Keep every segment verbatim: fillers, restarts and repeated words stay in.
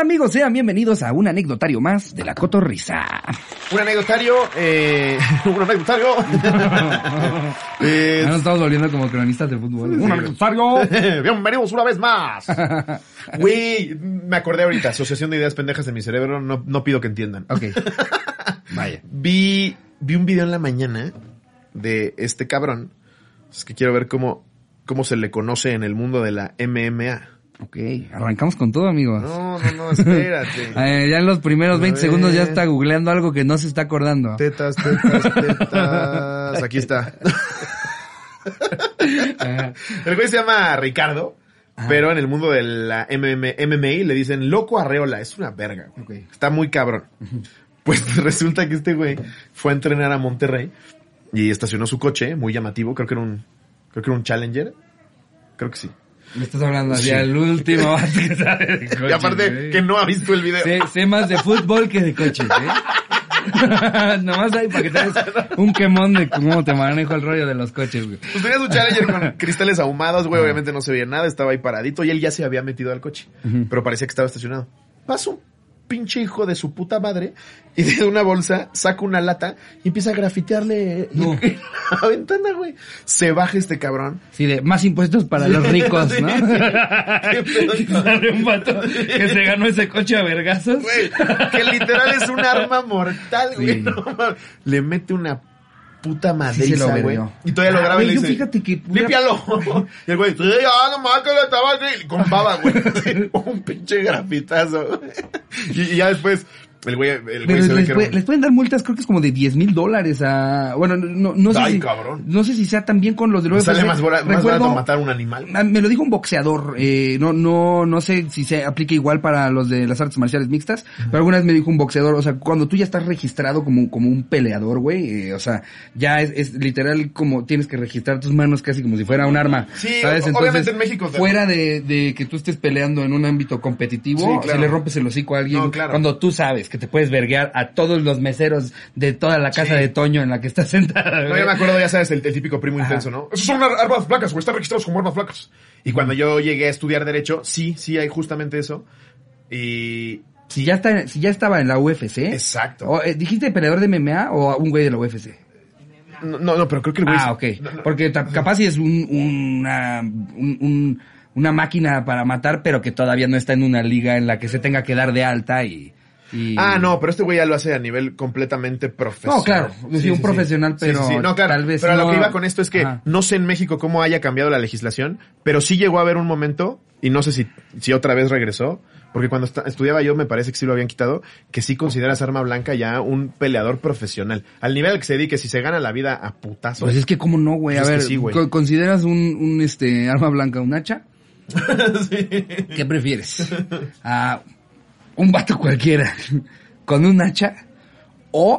amigos? Sean bienvenidos a un anecdotario más de La Cotorrisa. Un anecdotario, eh... un anecdotario. eh... Nos estamos volviendo como cronistas de fútbol. Sí. Un anecdotario. Bienvenidos una vez más. Güey, me acordé ahorita, asociación de ideas pendejas en mi cerebro, no, no pido que entiendan. Ok. Vaya. Vi, vi un video en la mañana de este cabrón. Es que quiero ver cómo, cómo se le conoce en el mundo de la M M A. Ok, arrancamos con todo, amigos. No, no, no, espérate. eh, ya en los primeros veinte segundos ya está googleando algo que no se está acordando. Tetas, tetas, tetas. Aquí está. El güey se llama Ricardo, ajá, pero en el mundo de la M M A le dicen Loco Arreola. Es una verga, güey. Okay. Está muy cabrón. Pues resulta que este güey fue a entrenar a Monterrey y estacionó su coche, muy llamativo. Creo que era un, creo que era un Challenger. Creo que sí. Me estás hablando así, sí, al último que sabe de coches. Y aparte, ¿eh? Que no ha visto el video. Sé, sé más de fútbol que de coches, ¿eh? Nomás ahí para que te des un quemón de cómo te manejo el rollo de los coches, güey. Pues tenía su Challenger con cristales ahumados, güey. Obviamente no se veía nada, estaba ahí paradito y él ya se había metido al coche. Uh-huh. Pero parecía que estaba estacionado. Pasó pinche hijo de su puta madre y de una bolsa saca una lata y empieza a grafitearle no. la ventana, güey. Se baja este cabrón. Sí, de más impuestos para los ricos, ¿no? Que sale un vato que se ganó ese coche a vergazos. Güey, que literal es un arma mortal, güey. Sí. No, le mete una puta madriza, güey. Sí, y todavía lo graba ah, y le dice, fíjate que pura... límpialo. Y el güey, sí, ya, nomás que le estaba así. Con baba, güey. Un pinche grafitazo. Y, y ya después, el güey, el güey se ve les, que puede, un... les pueden dar multas, creo que es como de diez mil dólares a... Bueno, no, no sé Ay, si... cabrón. No sé si sea también con los de los... Sale más, bora, más barato matar un animal. Me lo dijo un boxeador, eh, no, no, no sé si se aplica igual para los de las artes marciales mixtas, uh-huh, pero alguna vez me dijo un boxeador, o sea, cuando tú ya estás registrado como, como un peleador, güey, eh, o sea, ya es, es literal como tienes que registrar tus manos casi como si fuera un arma. Sí, ¿sabes? Entonces, obviamente en México. Fuera de, de que tú estés peleando en un ámbito competitivo, sí, claro, si le rompes el hocico a alguien, no, claro, cuando tú sabes que te puedes verguear a todos los meseros de toda la casa, sí, de Toño en la que está sentada. No, yo me acuerdo, ya sabes, el, el típico primo, ajá, intenso, ¿no? Esos son armas blancas, güey, están registrados como armas blancas. Y cuando yo llegué a estudiar Derecho, sí, sí hay justamente eso. Y... Si ya está, si ya estaba en la U F C. Exacto. O, eh, ¿dijiste peleador de M M A o un güey de la U F C? No, no, no pero creo que el güey... Ah, ok. No, no, porque ta- capaz si es un, una, un, un, una máquina para matar, pero que todavía no está en una liga en la que se tenga que dar de alta y... Y... Ah, no, pero este güey ya lo hace a nivel completamente profesional. No, claro, sí, sí, un sí, profesional, sí, pero sí, sí. No, claro, tal vez pero no... a lo que iba con esto es que ajá, no sé en México cómo haya cambiado la legislación, pero sí llegó a haber un momento, y no sé si, si otra vez regresó, porque cuando est- estudiaba yo me parece que sí lo habían quitado, que sí consideras arma blanca ya un peleador profesional. Al nivel al que se dedique, si se gana la vida a putazos. Pues es que cómo no, güey, a ver, sí, ¿consideras un, un este arma blanca un hacha? Sí. ¿Qué prefieres? A un vato cualquiera con un hacha o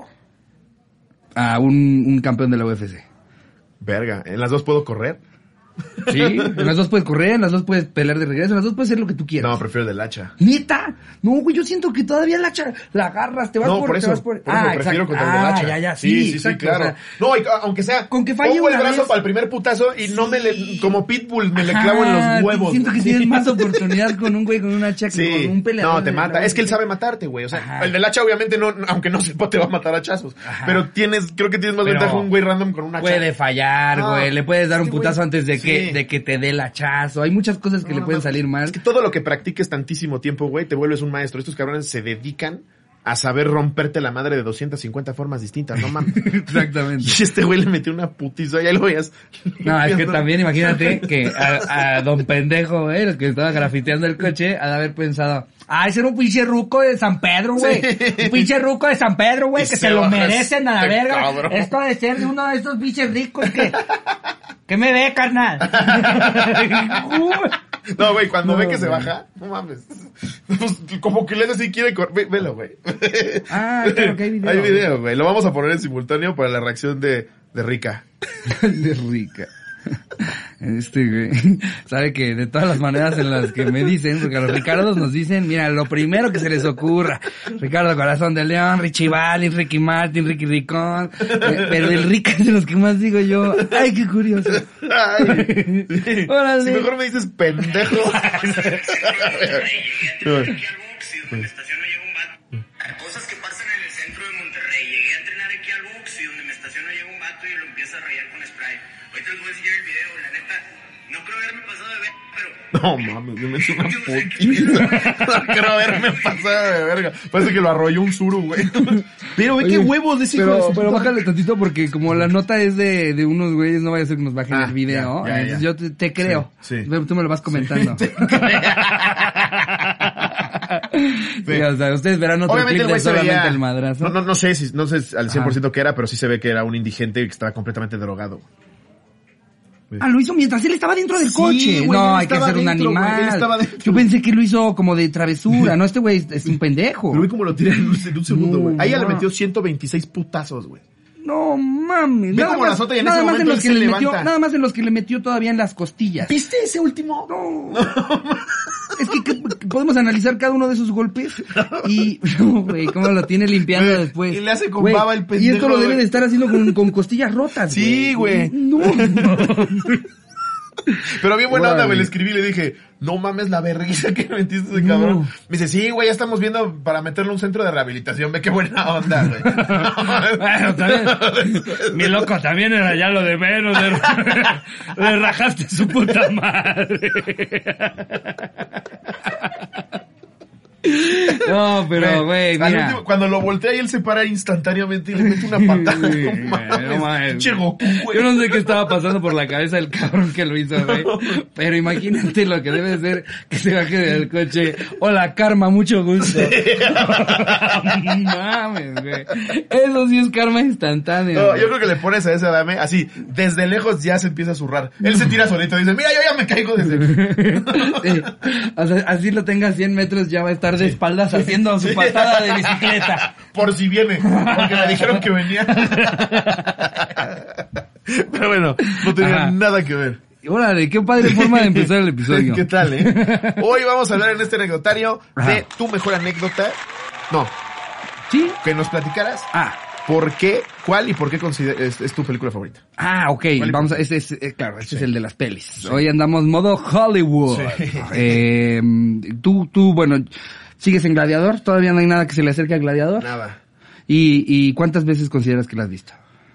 a un, un campeón de la U F C. Verga, ¿en las dos puedo correr? Sí, en las dos puedes correr, en las dos puedes pelear de regreso, en las dos puedes hacer lo que tú quieras. No, prefiero del hacha. ¿Neta? No, güey, yo siento que todavía el hacha la agarras, te vas no, por, por eso, te vas por... por eso ah, prefiero exacto. contra el del hacha. Ah, ya, ya, sí, sí, sí, exacto, sí, claro. O sea, no, y, aunque sea, con que falle pongo el una brazo vez, para el primer putazo y sí, no me le, como pitbull, me ajá, le clavo en los huevos. Siento que tienes más oportunidad con un güey con un hacha que sí, con un peleador. No, te mata. Es que él sabe matarte, güey. O sea, ajá, el del hacha obviamente no, aunque no sepa, te va a matar a hachazos. Ajá. Pero tienes, creo que tienes más pero ventaja un güey random con un hacha. Puede fallar, güey. No, le puedes dar un putazo güey, antes de que, sí, de que te dé el hachazo. Hay muchas cosas que no, le pueden salir mal. Es que todo lo que practiques tantísimo tiempo, güey, te vuelves un maestro. Estos cabrones se dedican a saber romperte la madre de doscientas cincuenta formas distintas, no mames. Exactamente. Y este güey le metió una putiza, ya lo veías. No, es que también imagínate que a, a don pendejo, güey, el que estaba grafiteando el coche, ha de haber pensado, ah, ese era un pinche ruco de San Pedro, güey. Sí. Un pinche ruco de San Pedro, güey, que se, se lo merecen a la verga. Cabrón. Esto ha de ser de uno de estos pinches ricos que... ¿Qué me ve, carnal? No, güey, cuando no, ve que wey. se baja, no mames. Pues, como que le así quiere correr. Velo, güey. Ah, claro que hay video. Hay video, güey. Lo vamos a poner en simultáneo para la reacción de, de Rica. De Rica. Este güey sabe que de todas las maneras en las que me dicen, porque a los Ricardos nos dicen, mira, lo primero que se les ocurra, Ricardo Corazón de León, Richie Valens, Ricky Martin, Ricky Ricón, eh, pero el Rica es de los que más digo yo. Ay, qué curioso. Ay, sí. Si mejor me dices pendejo. y donde me estaciono llega un vato. Cosas que pasan en el centro de Monterrey. Llegué a entrenar aquí al box y donde me estaciono llega un vato y lo empieza a rayar con spray. Ahorita les voy a enseñar el video, la neta. No creo haberme pasado de ver, pero... No mames, yo me hice una putiza. No creo haberme pasado de verga. Parece que lo arrolló un suru, güey. Pero ve qué huevos de ese hijo de Pero, su pero puta bájale tantito porque como la nota es de, de unos güeyes, no vaya a ser que nos bajen Ah, el video. ya, ya, Entonces ya. yo te, te creo. Sí, sí. Tú me lo vas comentando. Sí. Sí, o sea, ustedes verán otro Obviamente clip el de güey se solamente veía... el madrazo. No, no, no sé si, no sé al cien por ciento Ajá. qué era, pero sí se ve que era un indigente que estaba completamente drogado. Ah, lo hizo mientras él estaba dentro del Sí, coche. güey, no, él hay que estaba ser un dentro, güey, animal. él estaba dentro. Yo pensé que lo hizo como de travesura, ¿no? Este güey es, es un pendejo. Pero vi cómo lo tira en un, en un segundo, No, güey. Ahí ya le no. metió ciento veintiséis putazos, güey. No mames. Ve Nada cómo más- la azota y en nada ese más momento en los él que se le metió, levanta. nada más en los que le metió todavía en las costillas. ¿Viste ese último? No. Es que, que podemos analizar cada uno de esos golpes y, no, güey, cómo lo tiene limpiando Güey, después. y le hace con Güey, baba el Y esto pendejo, lo debe güey. de estar haciendo con, con costillas rotas, Sí, güey. No. Pero bien buena onda, Órale. güey. Le escribí y le dije, no mames la vergüenza que me metiste ese No. cabrón. Me dice, sí, güey, ya estamos viendo para meterlo a un centro de rehabilitación. Ve qué buena onda, güey. Bueno, también, mi loco, también era ya lo de menos, le, le rajaste su puta madre. No, pero, güey, Al mira. último, cuando lo voltea y él se para instantáneamente y le mete una patada. Sí, no güey, mames, no mames. pinche Goku, güey. Yo no sé qué estaba pasando por la cabeza del cabrón que lo hizo, güey. Pero imagínate lo que debe ser que se baje del coche. Hola, karma, mucho gusto. Mames, güey. Eso sí es karma instantáneo. No, güey. yo creo que le pones a ese dame así, desde lejos ya se empieza a zurrar. Él se tira solito y dice, mira, yo ya me caigo desde... Sí. O sea, así lo tenga a cien metros ya va a estar de espaldas haciendo su Sí. patada de bicicleta. Por si viene, porque me dijeron que venía. Pero bueno, no tenía Ajá. nada que ver. Órale, qué padre forma de empezar el episodio. ¿Qué tal, eh? Hoy vamos a hablar en este anecdotario Ajá. de tu mejor anécdota. No, ¿Sí? que nos platicaras Ah. por qué, cuál y por qué consider- es, es tu película favorita. Ah, ok, Vale. vamos a, este es, eh, claro, este Sí. es el de las pelis. Hoy andamos modo Hollywood. Sí. Eh, tú, tú, bueno, ¿sigues en Gladiador? ¿Todavía no hay nada que se le acerque a Gladiador? Nada. ¿Y, y cuántas veces consideras que la has visto?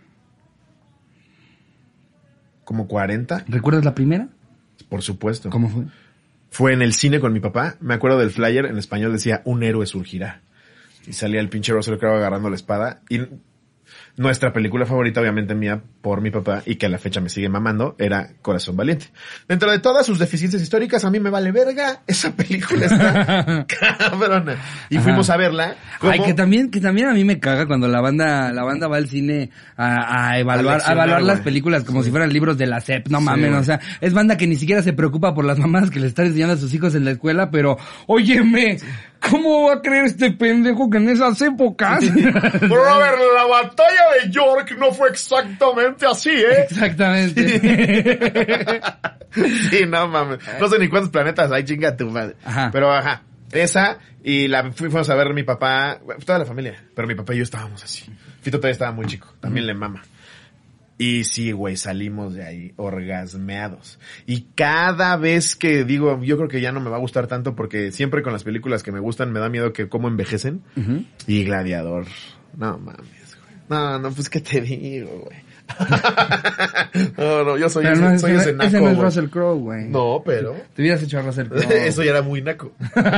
¿Como cuarenta? ¿Recuerdas la primera? Por supuesto. ¿Cómo fue? Fue en el cine con mi papá. Me acuerdo del flyer, en español decía, un héroe surgirá. Y salía el pinche Russell Crowe agarrando la espada. Y nuestra película favorita, obviamente mía, por mi papá, y que a la fecha me sigue mamando, era Corazón Valiente. Dentro de todas sus deficiencias históricas, a mí me vale verga. Esa película está cabrona. Y Ajá. fuimos a verla. como- Ay, que también, que también a mí me caga cuando la banda, la banda va al cine a, a evaluar, a leccionar, evaluar las güey. películas como Sí. si fueran libros de la S E P, no Sí, mamen, güey. o sea, es banda que ni siquiera se preocupa por las mamás que le están enseñando a sus hijos en la escuela, pero, óyeme, ¿cómo va a creer este pendejo que en esas épocas? Robert, la batalla de York no fue exactamente así, ¿eh? Exactamente. Sí, no mames. No sé ni cuántos planetas hay, chinga tu madre. Ajá. Pero ajá, esa y la fuimos a ver mi papá, toda la familia, pero mi papá y yo estábamos así. Fito todavía estaba muy chico, también le mama. Y sí, güey, salimos de ahí orgasmeados. Y cada vez que digo, yo creo que ya no me va a gustar tanto porque siempre con las películas que me gustan me da miedo que cómo envejecen. Ujú. Y Gladiador, no mames, güey. No, no, pues qué te digo, güey. No, no, yo soy, Pero ese, no, soy ese, ese no- naco, ese no es güey. Russell Crowe, güey. No, pero... Te hubieras hecho a Russell Crowe. Eso ya era muy naco.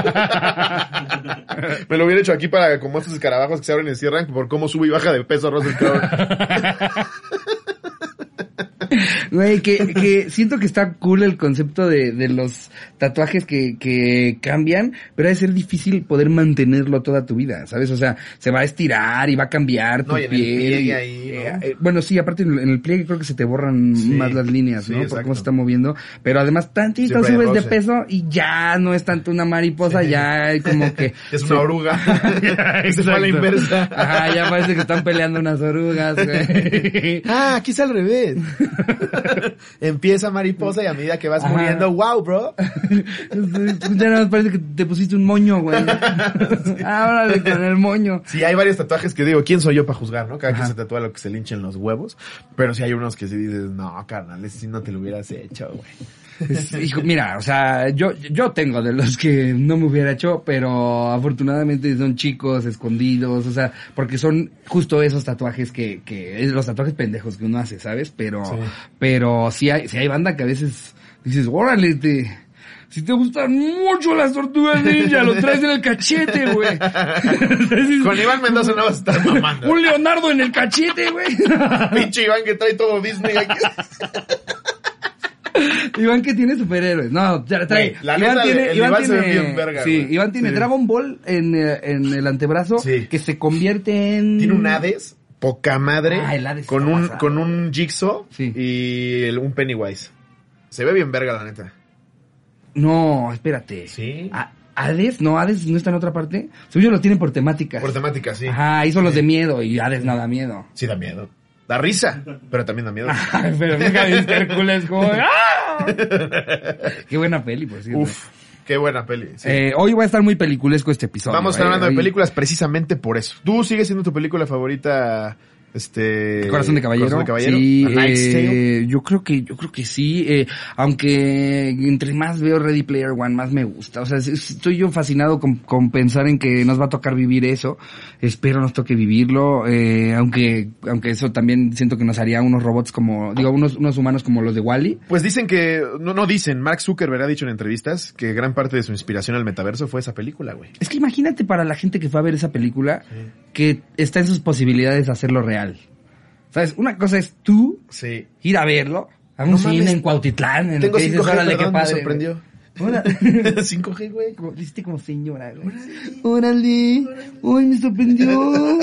Me lo hubiera hecho aquí para como estos escarabajos que se abren y cierran por cómo sube y baja de peso Russell Crowe. Güey, que, que siento que está cool el concepto de, de los tatuajes que, que cambian, pero ha de ser difícil poder mantenerlo toda tu vida, ¿sabes? O sea, se va a estirar y va a cambiar tu No, y en el piel. pliegue ahí, ¿no? Eh, eh, bueno, sí, aparte en el, en el pliegue creo que se te borran Sí, más las líneas, sí, ¿no? Por exacto. cómo se está moviendo. Pero además tantito Siempre hay subes de roce. peso y ya no es tanto una mariposa, ya hay como que... Es una oruga. Ya, Se fue a la exacto. inversa. Ajá, ya parece que están peleando unas orugas, güey. Ah, aquí es al revés. Empieza mariposa y a medida que vas Ajá. muriendo, wow, bro. Ya nada más parece que te pusiste un moño, güey. Árale con el moño. Sí, hay varios tatuajes que digo, ¿quién soy yo para juzgar, no? Cada Ajá. quien se tatúa lo que se le hinchen los huevos. Pero sí hay unos que sí dices, no, carnal, ese sí no te lo hubieras hecho, güey. Es, hijo, mira, o sea, yo, yo tengo de los que no me hubiera hecho, pero afortunadamente son chicos, escondidos, o sea, porque son justo esos tatuajes que, que, los tatuajes pendejos que uno hace, ¿sabes? Pero, sí. pero sí hay, sí hay banda que a veces dices, órale, te, si te gustan mucho las tortugas ninja, lo traes en el cachete, güey. Con Iván Mendoza no vas a estar mamando. Un Leonardo en el cachete, güey. Pinche Iván que trae todo Disney aquí. Iván que tiene superhéroes. No, ya trae. La Iván neta, tiene, el Iván Iván se tiene, ve bien verga, sí, güey. Iván tiene Sí. Dragon Ball en, en el antebrazo, sí. que se convierte en... Tiene un Hades, poca madre, ah, el Hades con un, pasado. con un Jigsaw sí. y el, un Pennywise. Se ve bien verga, la neta. No, espérate. Sí. A, Hades, no, Hades no está en otra parte. Según yo lo tienen por temáticas. Por temática, sí. Ajá, hizo los de miedo y Hades no da miedo. Sí, da miedo. Da risa, pero también da miedo. Ay, pero nunca viste Hércules como... ¡Ah! Qué buena peli, por cierto. Uf, qué buena peli. Sí. Eh, hoy va a estar muy peliculesco este episodio. Vamos a estar eh, hablando hoy... de películas precisamente por eso. ¿Tú sigues siendo tu película favorita? Este... Corazón de Caballero. Corazón de Caballero. Sí, A Knight's Tale. eh, yo creo que, yo creo que sí, eh, aunque entre más veo Ready Player One, más me gusta. O sea, estoy yo fascinado con, con pensar en que nos va a tocar vivir eso. Espero nos toque vivirlo, eh, aunque, aunque eso también siento que nos haría unos robots como, digo, unos, unos humanos como los de Wall-E. Pues dicen que, no, no dicen, Mark Zuckerberg ha dicho en entrevistas que gran parte de su inspiración al metaverso fue esa película, güey. Es que imagínate para la gente que fue a ver esa película, sí. que está en sus posibilidades hacerlo real. ¿Sabes? Una cosa es tú sí. ir a verlo a un no cine mames. En Cuautitlán. En Tengo el que cinco G, dices, órale, perdón, qué padre, me sorprendió. cinco G, güey. Como, dijiste como señora, güey. Órale. Uy, me sorprendió.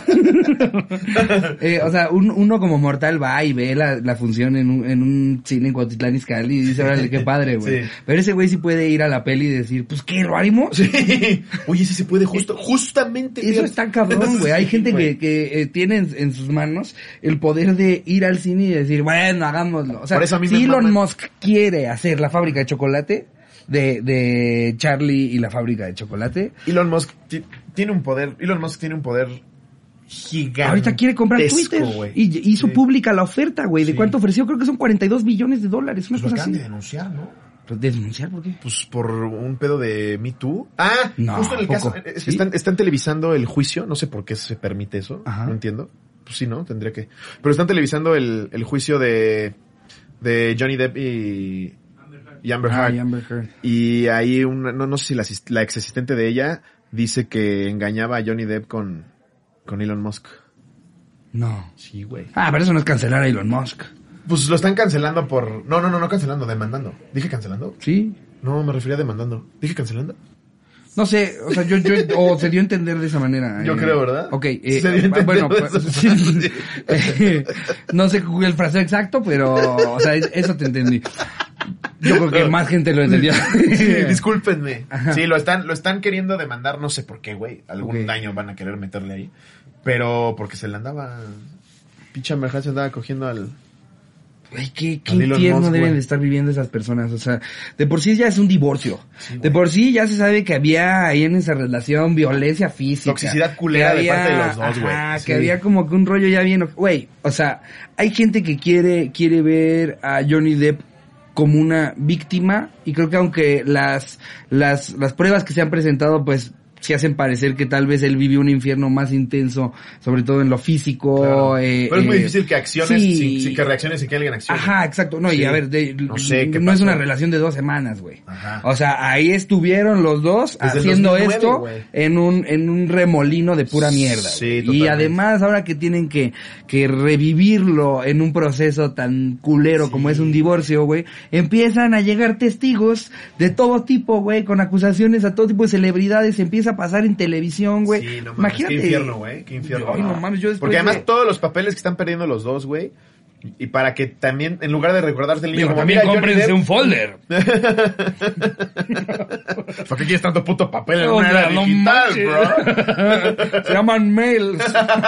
eh, o sea, un, uno como mortal va y ve la, la función en un, en un cine en Cuautitlán Izcalli y dice, órale, qué padre, güey. Sí. Pero ese güey sí puede ir a la peli y decir, pues, ¿qué, lo haremos? Sí. Oye, sí se puede justo, justamente. Eso está cabrón, güey. Hay gente sí, que, que eh, tiene en, en sus manos el poder de ir al cine y decir, bueno, hagámoslo. O sea, si Elon maman. Musk quiere hacer la fábrica de chocolate, De, de Charlie y la fábrica de chocolate. Elon Musk t- tiene un poder, Elon Musk tiene un poder gigante. Ahorita quiere comprar Twitter wey. y hizo sí. pública la oferta, güey. ¿De sí. cuánto ofreció? Creo que son cuarenta y dos billones de dólares. Una pues cosa lo acaban así. de denunciar, ¿no? ¿Denunciar por qué? Pues por un pedo de Me Too. Ah, no, justo en el poco. caso, es ¿Sí? que están, están televisando el juicio, no sé por qué se permite eso, Ajá. no entiendo. Pues sí, ¿no? Tendría que. Pero están televisando el, el juicio de, de Johnny Depp y... Y Amber Heard. Ah, Amber Heard. Y ahí, una, no, no sé si la, la ex asistente de ella dice que engañaba a Johnny Depp con, con Elon Musk. No. Sí, güey. Ah, pero eso no es cancelar a Elon Musk. Pues lo están cancelando por... No, no, no, no cancelando, demandando. ¿Dije cancelando? Sí. No, me refería a demandando. ¿Dije cancelando? No sé, o sea, yo, yo, o se dio a entender de esa manera. Yo eh, creo, ¿verdad? Ok, eh, se dio a entender bueno, pues, sí, sí. eh, no sé el fraseo exacto, pero, o sea, eso te entendí. Yo creo que más gente lo entendió. Sí, discúlpenme. Ajá. Sí, lo están, lo están queriendo demandar, no sé por qué, güey. Algún okay. daño van a querer meterle ahí. Pero porque se le andaba... Pinche Amber Heard se andaba cogiendo al... Ay, qué, qué infierno Musk, deben de estar viviendo esas personas. O sea, de por sí ya es un divorcio. Sí, de por sí ya se sabe que había ahí en esa relación violencia física. Toxicidad culera había, de parte de los dos, güey. Ah, sí. que había como que un rollo ya bien... Güey, o sea, hay gente que quiere, quiere ver a Johnny Depp como una víctima y creo que aunque las, las, las pruebas que se han presentado, pues, sí hacen parecer que tal vez él vivió un infierno más intenso, sobre todo en lo físico. Claro. Eh, Pero es muy eh, difícil que acciones, sí. sin, sin que reacciones y que alguien accione. Ajá, exacto. No, sí. Y a ver, de, no, sé qué no pasó. es una relación de dos semanas, güey. Ajá. O sea, ahí estuvieron los dos desde haciendo dos mil nueve, esto güey. en un en un remolino de pura mierda. Sí, y además, ahora que tienen que, que revivirlo en un proceso tan culero sí. como es un divorcio, güey, empiezan a llegar testigos de todo tipo, güey, con acusaciones a todo tipo de celebridades, se empieza a pasar en televisión. Güey. Sí, no mames, imagínate. Qué infierno, güey, qué infierno. Ay, no mames, yo Porque además de... todos los papeles que están perdiendo los dos, güey, y para que también, en lugar de recordarte el niño, Digo, como, también mira, cómprense Depp... un folder. ¿Por qué quieres tanto puto papel en no, una era no digital, manches. bro? Se llaman mails.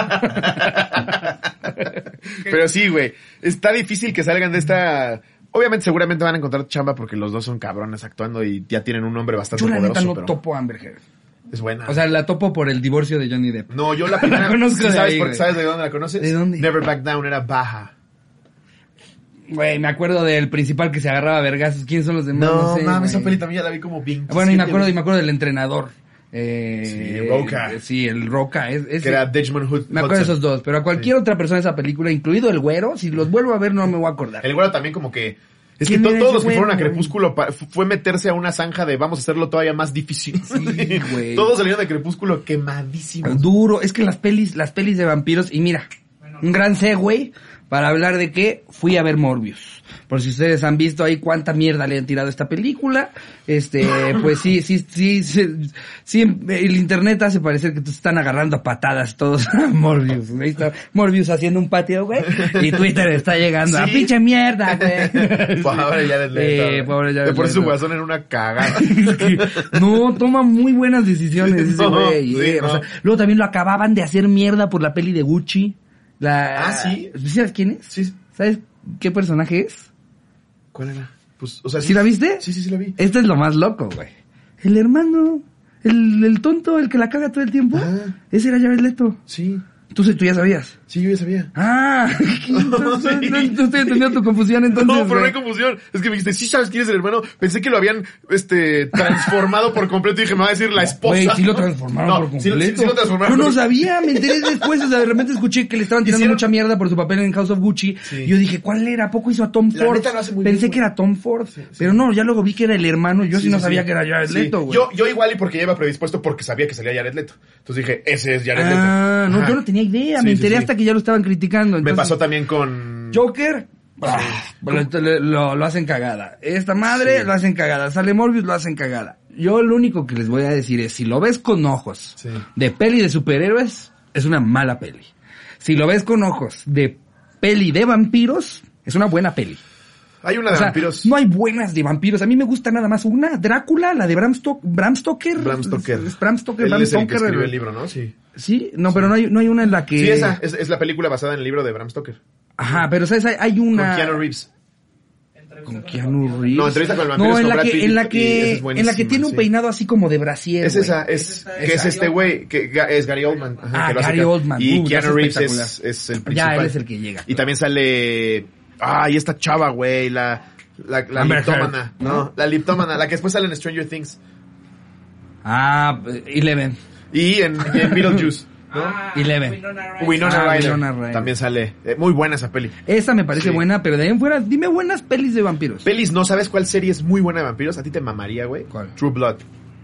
Pero sí, güey, está difícil que salgan de esta... Obviamente, seguramente van a encontrar chamba porque los dos son cabrones actuando y ya tienen un nombre bastante Yo la poderoso. neta no pero... topo a Amber Heard. Es buena. O sea, la topo por el divorcio de Johnny Depp. No, yo la primera... la conozco ¿sí de sabes, ahí, por, güey. ¿Sabes de dónde la conoces? ¿De dónde? Never Back Down, era baja. Güey, me acuerdo del principal que se agarraba a vergazos. ¿Quiénes son los demás? No, sé, mames, esa güey. peli también ya la vi como bien. Bueno, y me acuerdo, y me acuerdo del entrenador. Eh, Sí, Roca. eh, Sí, el Roca. Es, es- Que era Desmond Hood. me acuerdo de Hudson. esos dos, pero a cualquier otra persona de esa película, incluido el güero, si los vuelvo a ver no me voy a acordar. El güero también como que... Es que ¿Quién to- era todos ese los que fueron a güero, güey? Crepúsculo pa- fue meterse a una zanja de vamos a hacerlo todavía más difícil. Sí, güey. Todos salieron de Crepúsculo quemadísimos. Duro, es que las pelis, las pelis de vampiros, y mira, un gran segue para hablar de que fui a ver Morbius. Por si ustedes han visto ahí cuánta mierda le han tirado a esta película, este, pues sí, sí, sí, sí, sí, el internet hace parecer que te están agarrando a patadas todos a Morbius. Ahí está Morbius haciendo un patio, güey, y Twitter está llegando a Sí. pinche mierda, güey. Pobre Jared Leto. Eh, pobre Jared De por eso su Leto. guasón era una cagada. Es que no, toma muy buenas decisiones ese No, güey. sí, eh, o no. sea, luego también lo acababan de hacer mierda por la peli de Gucci. La, Ah, ¿sí? ¿Sabes quién es? Sí. ¿Sabes qué personaje es? ¿Cuál era? Pues, o sea, ¿Sí la viste? Sí, sí, sí la vi. Este es lo más loco, güey. El hermano, el, el tonto, el que la caga todo el tiempo. Ah. Ese era Jared Leto. Sí. Tú, tú ya sabías. Sí, yo ya sabía. Ah, no, no, Sí. no, no estoy entendiendo tu confusión entonces. No, pero no güey. hay confusión. Es que me dijiste, sí sabes quién es el hermano. Pensé que lo habían, este, transformado por completo y dije, me va a decir la esposa. Güey, sí lo transformaron No, por sí completo. lo- sí- sí lo transformaron. Yo no sabía, me enteré después, o sea, de repente escuché que le estaban tirando Hicieron- mucha mierda por su papel en House of Gucci. Sí. Y yo dije, ¿cuál era? ¿A poco hizo a Tom La Ford? neta lo hace muy Pensé bien, que güey. era Tom Ford. Sí, sí. Pero no, ya luego vi que era el hermano. Yo sí, no sí, sabía sí. que era Jared Sí. Leto, güey. Yo, yo igual y porque ya iba predispuesto porque sabía que salía Jared Leto. Entonces dije, ese es Jared Leto. Ah, no, Ajá. yo no tenía idea. Sí, me sí, enteré sí. hasta que ya lo estaban criticando. Me Entonces, pasó también con... Joker, ah, lo, lo, lo hacen cagada. Esta madre Sí. lo hacen cagada. Sale Morbius, lo hacen cagada. Yo lo único que les voy a decir es, si lo ves con ojos Sí. de peli de superhéroes, es una mala peli. Si lo ves con ojos de peli de vampiros, es una buena peli. Hay una O de sea, vampiros. no hay buenas de vampiros. A mí me gusta nada más una, Drácula, la de Bram, Sto- Bram Stoker. Bram Stoker. Es Bram Stoker, Él Bram es el que Stoker. escribió el libro, ¿no? Sí. Sí, no, pero no hay, no hay una en la que... Sí, esa. Es, es la película basada en el libro de Bram Stoker. Ajá, pero ¿sabes? Hay, hay una... Con Keanu Reeves. Con Keanu Reeves. No, Entrevista con el vampiro No, es en con la Brad que, Pitt en la y- y que, esa es en la que buenísima, tiene un sí. peinado así como de brasier. Es güey. esa, es, que Esa. es este güey, que ga- es Gary Oldman. Ajá, Ah, que lo hace Gary acá. Oldman. Y Uh, Keanu es Reeves espectacular. es, es el Ya, principal. él es el que llega. Y también sale, ah, y esta chava, güey, la, la, la Amber liptómana. Heard. No, la liptómana, la que después sale en Stranger Things. Ah, Eleven. Y en, y en Beetlejuice. ¿no? Eleven. Winona Ah, Ryder. Winona Ryder. También sale. Eh, muy buena esa peli. Esa me parece Sí. buena, pero de ahí en fuera, dime buenas pelis de vampiros. Pelis, ¿no sabes cuál serie es muy buena de vampiros? A ti te mamaría, güey. ¿Cuál? True Blood.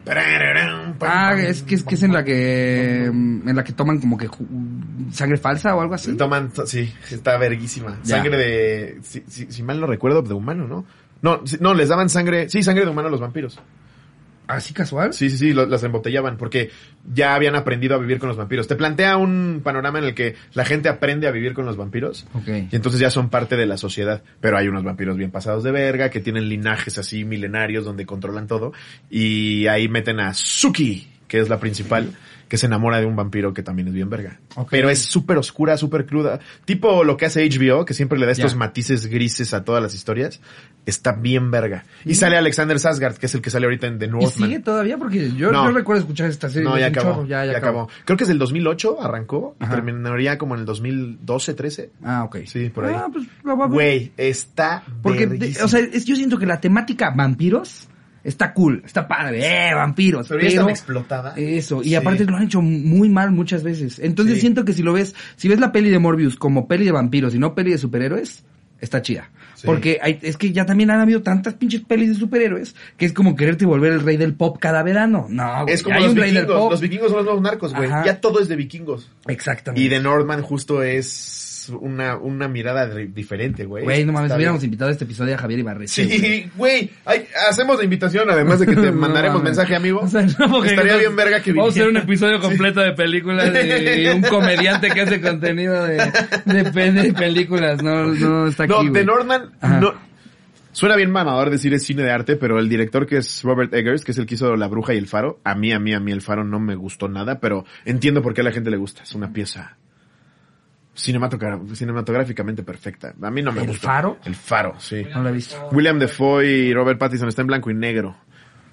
Ah, es que es que es en la que mm, en la que toman como que ju- sangre falsa o algo así. Toman, sí, está verguísima. Ya. Sangre de, si, si, si mal no recuerdo, de humano, ¿no? No, si- no, les daban sangre, sí, sangre de humano a los vampiros. ¿Así casual? Sí, sí, sí, lo- las embotellaban porque ya habían aprendido a vivir con los vampiros. Te plantea un panorama en el que la gente aprende a vivir con los vampiros. Ok. Y entonces ya son parte de la sociedad. Pero hay unos vampiros bien pasados de verga, que tienen linajes así milenarios donde controlan todo. Y ahí meten a Suki, que es la principal, que se enamora de un vampiro que también es bien verga. Ok. Pero es súper oscura, súper cruda. Tipo lo que hace H B O, que siempre le da estos Ya. matices grises a todas las historias. Está bien verga. Y sale Alexander Skarsgård, que es el que sale ahorita en The ¿Y Northman. sigue todavía? Porque yo, No. yo recuerdo escuchar esta serie. No, desde ya un acabó, chorro. ya, acabó. Creo que es del dos mil ocho, arrancó, y Ajá. terminaría como en el dos mil doce, trece. Ah, ok. Sí, por ahí. Ah, pues la voy a ver. Güey, está Porque, de- verguísima. o sea, es- yo siento que la temática vampiros está cool, está padre, eh, vampiros. Pero Pero, ya es tan explotada. Eso, y Sí. aparte lo han hecho muy mal muchas veces. Entonces Sí. siento que si lo ves, si ves la peli de Morbius como peli de vampiros y no peli de superhéroes, está chida. Sí. Porque hay, es que ya también han habido tantas pinches pelis de superhéroes que es como quererte volver el rey del pop cada verano. No, güey, Es como hay los un rey del vikingos. pop. Los vikingos son los nuevos narcos, güey. Ajá. Ya todo es de vikingos. Exactamente. Y The Northman justo es una, una mirada de- diferente, güey. Güey, no mames, Está hubiéramos bien. invitado a este episodio a Javier Ibarreche. güey. Sí, güey. Ay, hacemos la invitación, además de que te No mandaremos mames. mensaje, amigo. O sea, no, porque Estaría entonces bien verga que vamos a hacer un viniera. episodio completo de películas y, y un comediante que hace contenido de, de, pe- de películas. No, no está aquí, No, güey. The Northman, Ajá. no. Suena bien mamador decir es cine de arte, pero el director que es Robert Eggers, que es el que hizo La Bruja y el Faro, a mí, a mí, a mí el Faro no me gustó nada, pero entiendo por qué a la gente le gusta. Es una pieza cinematogra- cinematográficamente perfecta. A mí no me ¿El gustó. Faro? El Faro, sí. No lo he visto. William Dafoe y Robert Pattinson está en blanco y negro.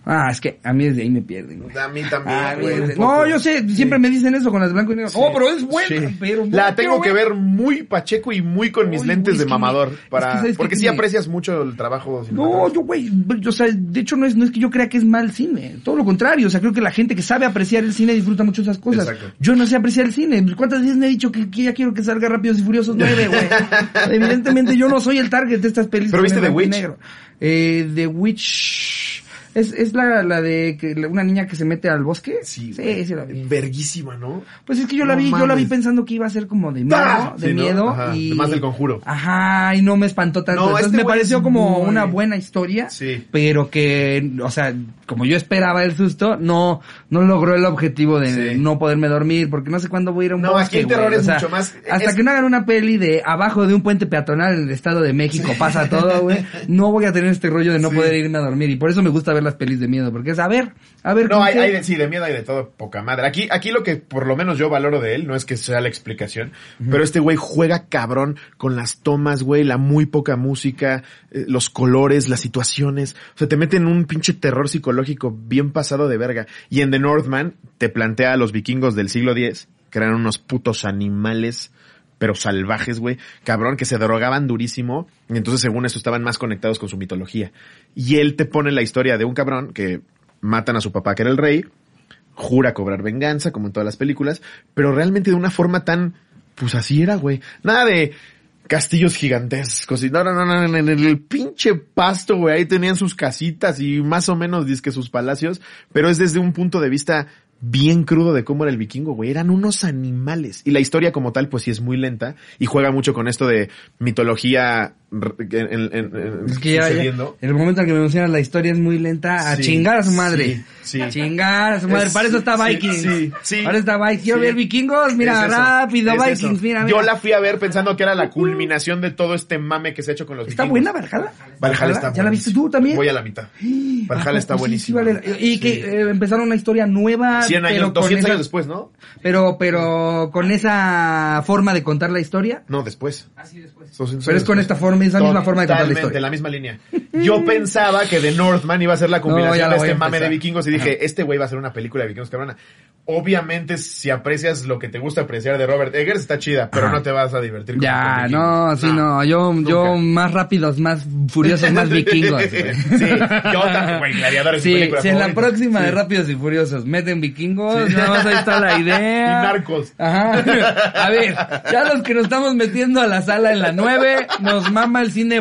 Ah, es que a mí desde ahí me pierden, güey. A mí también, Ah, güey. un no, poco. yo sé, siempre Sí. me dicen eso con las blanco y negro. Sí. Oh, pero es buena, Sí. pero... La no tengo que quiero ver muy pacheco y muy con mis Uy, lentes güey, de es que mamador. me- es para que ¿sabes Porque qué? sí Me- aprecias mucho el trabajo No, cinematográfico. yo, güey, o sea, de hecho no es, no es que yo crea que es mal cine, todo lo contrario, o sea, creo que la gente que sabe apreciar el cine disfruta mucho esas cosas. Exacto. Yo no sé apreciar el cine, ¿cuántas veces me he dicho que, que ya quiero que salga Rápidos y Furiosos nueve, güey? Evidentemente yo no soy el target de estas películas. ¿Pero viste en The blanco y Witch? negro. Eh, The Witch... ¿Es, es la, la de que una niña que se mete al bosque? Sí, sí, güey. sí la vi. Verguísima, ¿no? Pues es que yo la No vi, yo la vi mames. pensando que iba a ser como de miedo, ¡Ah! de Sí, ¿no? miedo Ajá, y... más del Conjuro. Ajá, y no me espantó tanto. No, Entonces este me güey pareció es como muy- una buena historia, Sí. pero que, o sea, como yo esperaba el susto, no, no logró el objetivo de Sí. no poderme dormir, porque no sé cuándo voy a ir a un No, bosque, aquí el terror güey. es O sea, mucho más- hasta es- que no hagan una peli de abajo de un puente peatonal en el Estado de México pasa todo, güey, no voy a tener este rollo de no Sí. poder irme a dormir, y por eso me gusta ver las pelis de miedo, porque es a ver, a ver. No, ¿con hay, qué? hay de, sí, de miedo hay de todo, poca madre. Aquí, aquí lo que por lo menos yo valoro de él, no es que sea la explicación, pero este güey juega cabrón con las tomas, güey, la muy poca música, eh, los colores, las situaciones. O sea, te mete en un pinche terror psicológico bien pasado de verga. Y en The Northman te plantea a los vikingos del siglo diez, que eran unos putos animales, pero salvajes, güey, cabrón, que se drogaban durísimo, y entonces según eso estaban más conectados con su mitología. Y él te pone la historia de un cabrón que matan a su papá, que era el rey, jura cobrar venganza, como en todas las películas, pero realmente de una forma tan, pues así era, güey. Nada de castillos gigantescos y no, no, no, no, no, en el pinche pasto, güey, ahí tenían sus casitas y más o menos dizque sus palacios, pero es desde un punto de vista bien crudo de cómo era el vikingo, güey. Eran unos animales. Y la historia como tal, pues sí es muy lenta y juega mucho con esto de mitología en, en, en, en- Es que ya, ya, sucediendo. en el momento en que me mencionas la historia es muy lenta, a Sí, chingar a su madre. sí, sí. A chingar a su madre. Es- Para eso está sí, Vikings. sí, sí. Para eso está Vikings. Quiero Sí. ver vikingos, mira, Es eso, rápido, es Vikings, eso. mira, mira. Yo la fui a ver pensando que era la culminación de todo este mame que se ha hecho con los ¿Está vikingos. buena Valhalla? Valhalla está ¿Ya la viste buenísima. tú también? Voy a la mitad. Valhalla Ah, está pues sí, sí buenísima. vale. Y que eh, empezaron una historia nueva. cien pero años, con doscientos esa- años después, ¿no? Pero, pero con esa forma de contar la historia. No, después. Así después. doscientos Pero es años con después. esta forma, esa misma forma de contar la Totalmente, historia. la misma línea. Yo pensaba que The Northman iba a ser la No, combinación ya la de voy a este mame de empezar. vikingos y dije, este güey va a ser una película de vikingos cabrona. Obviamente, si aprecias lo que te gusta apreciar de Robert Eggers, está chida, pero Ajá. no te vas a divertir con Ya, con no, vikingos. sí, no, yo, yo nunca. más rápidos, más furiosos, más vikingos, güey. Sí, yo también, güey, Gladiador es mi Sí, película si en la favorita. próxima de Sí. Rápidos y Furiosos meten vikingos, nada más ahí está la idea. Y narcos. Ajá. A ver, ya los que nos estamos metiendo a la sala en la nueve, nos mama el cine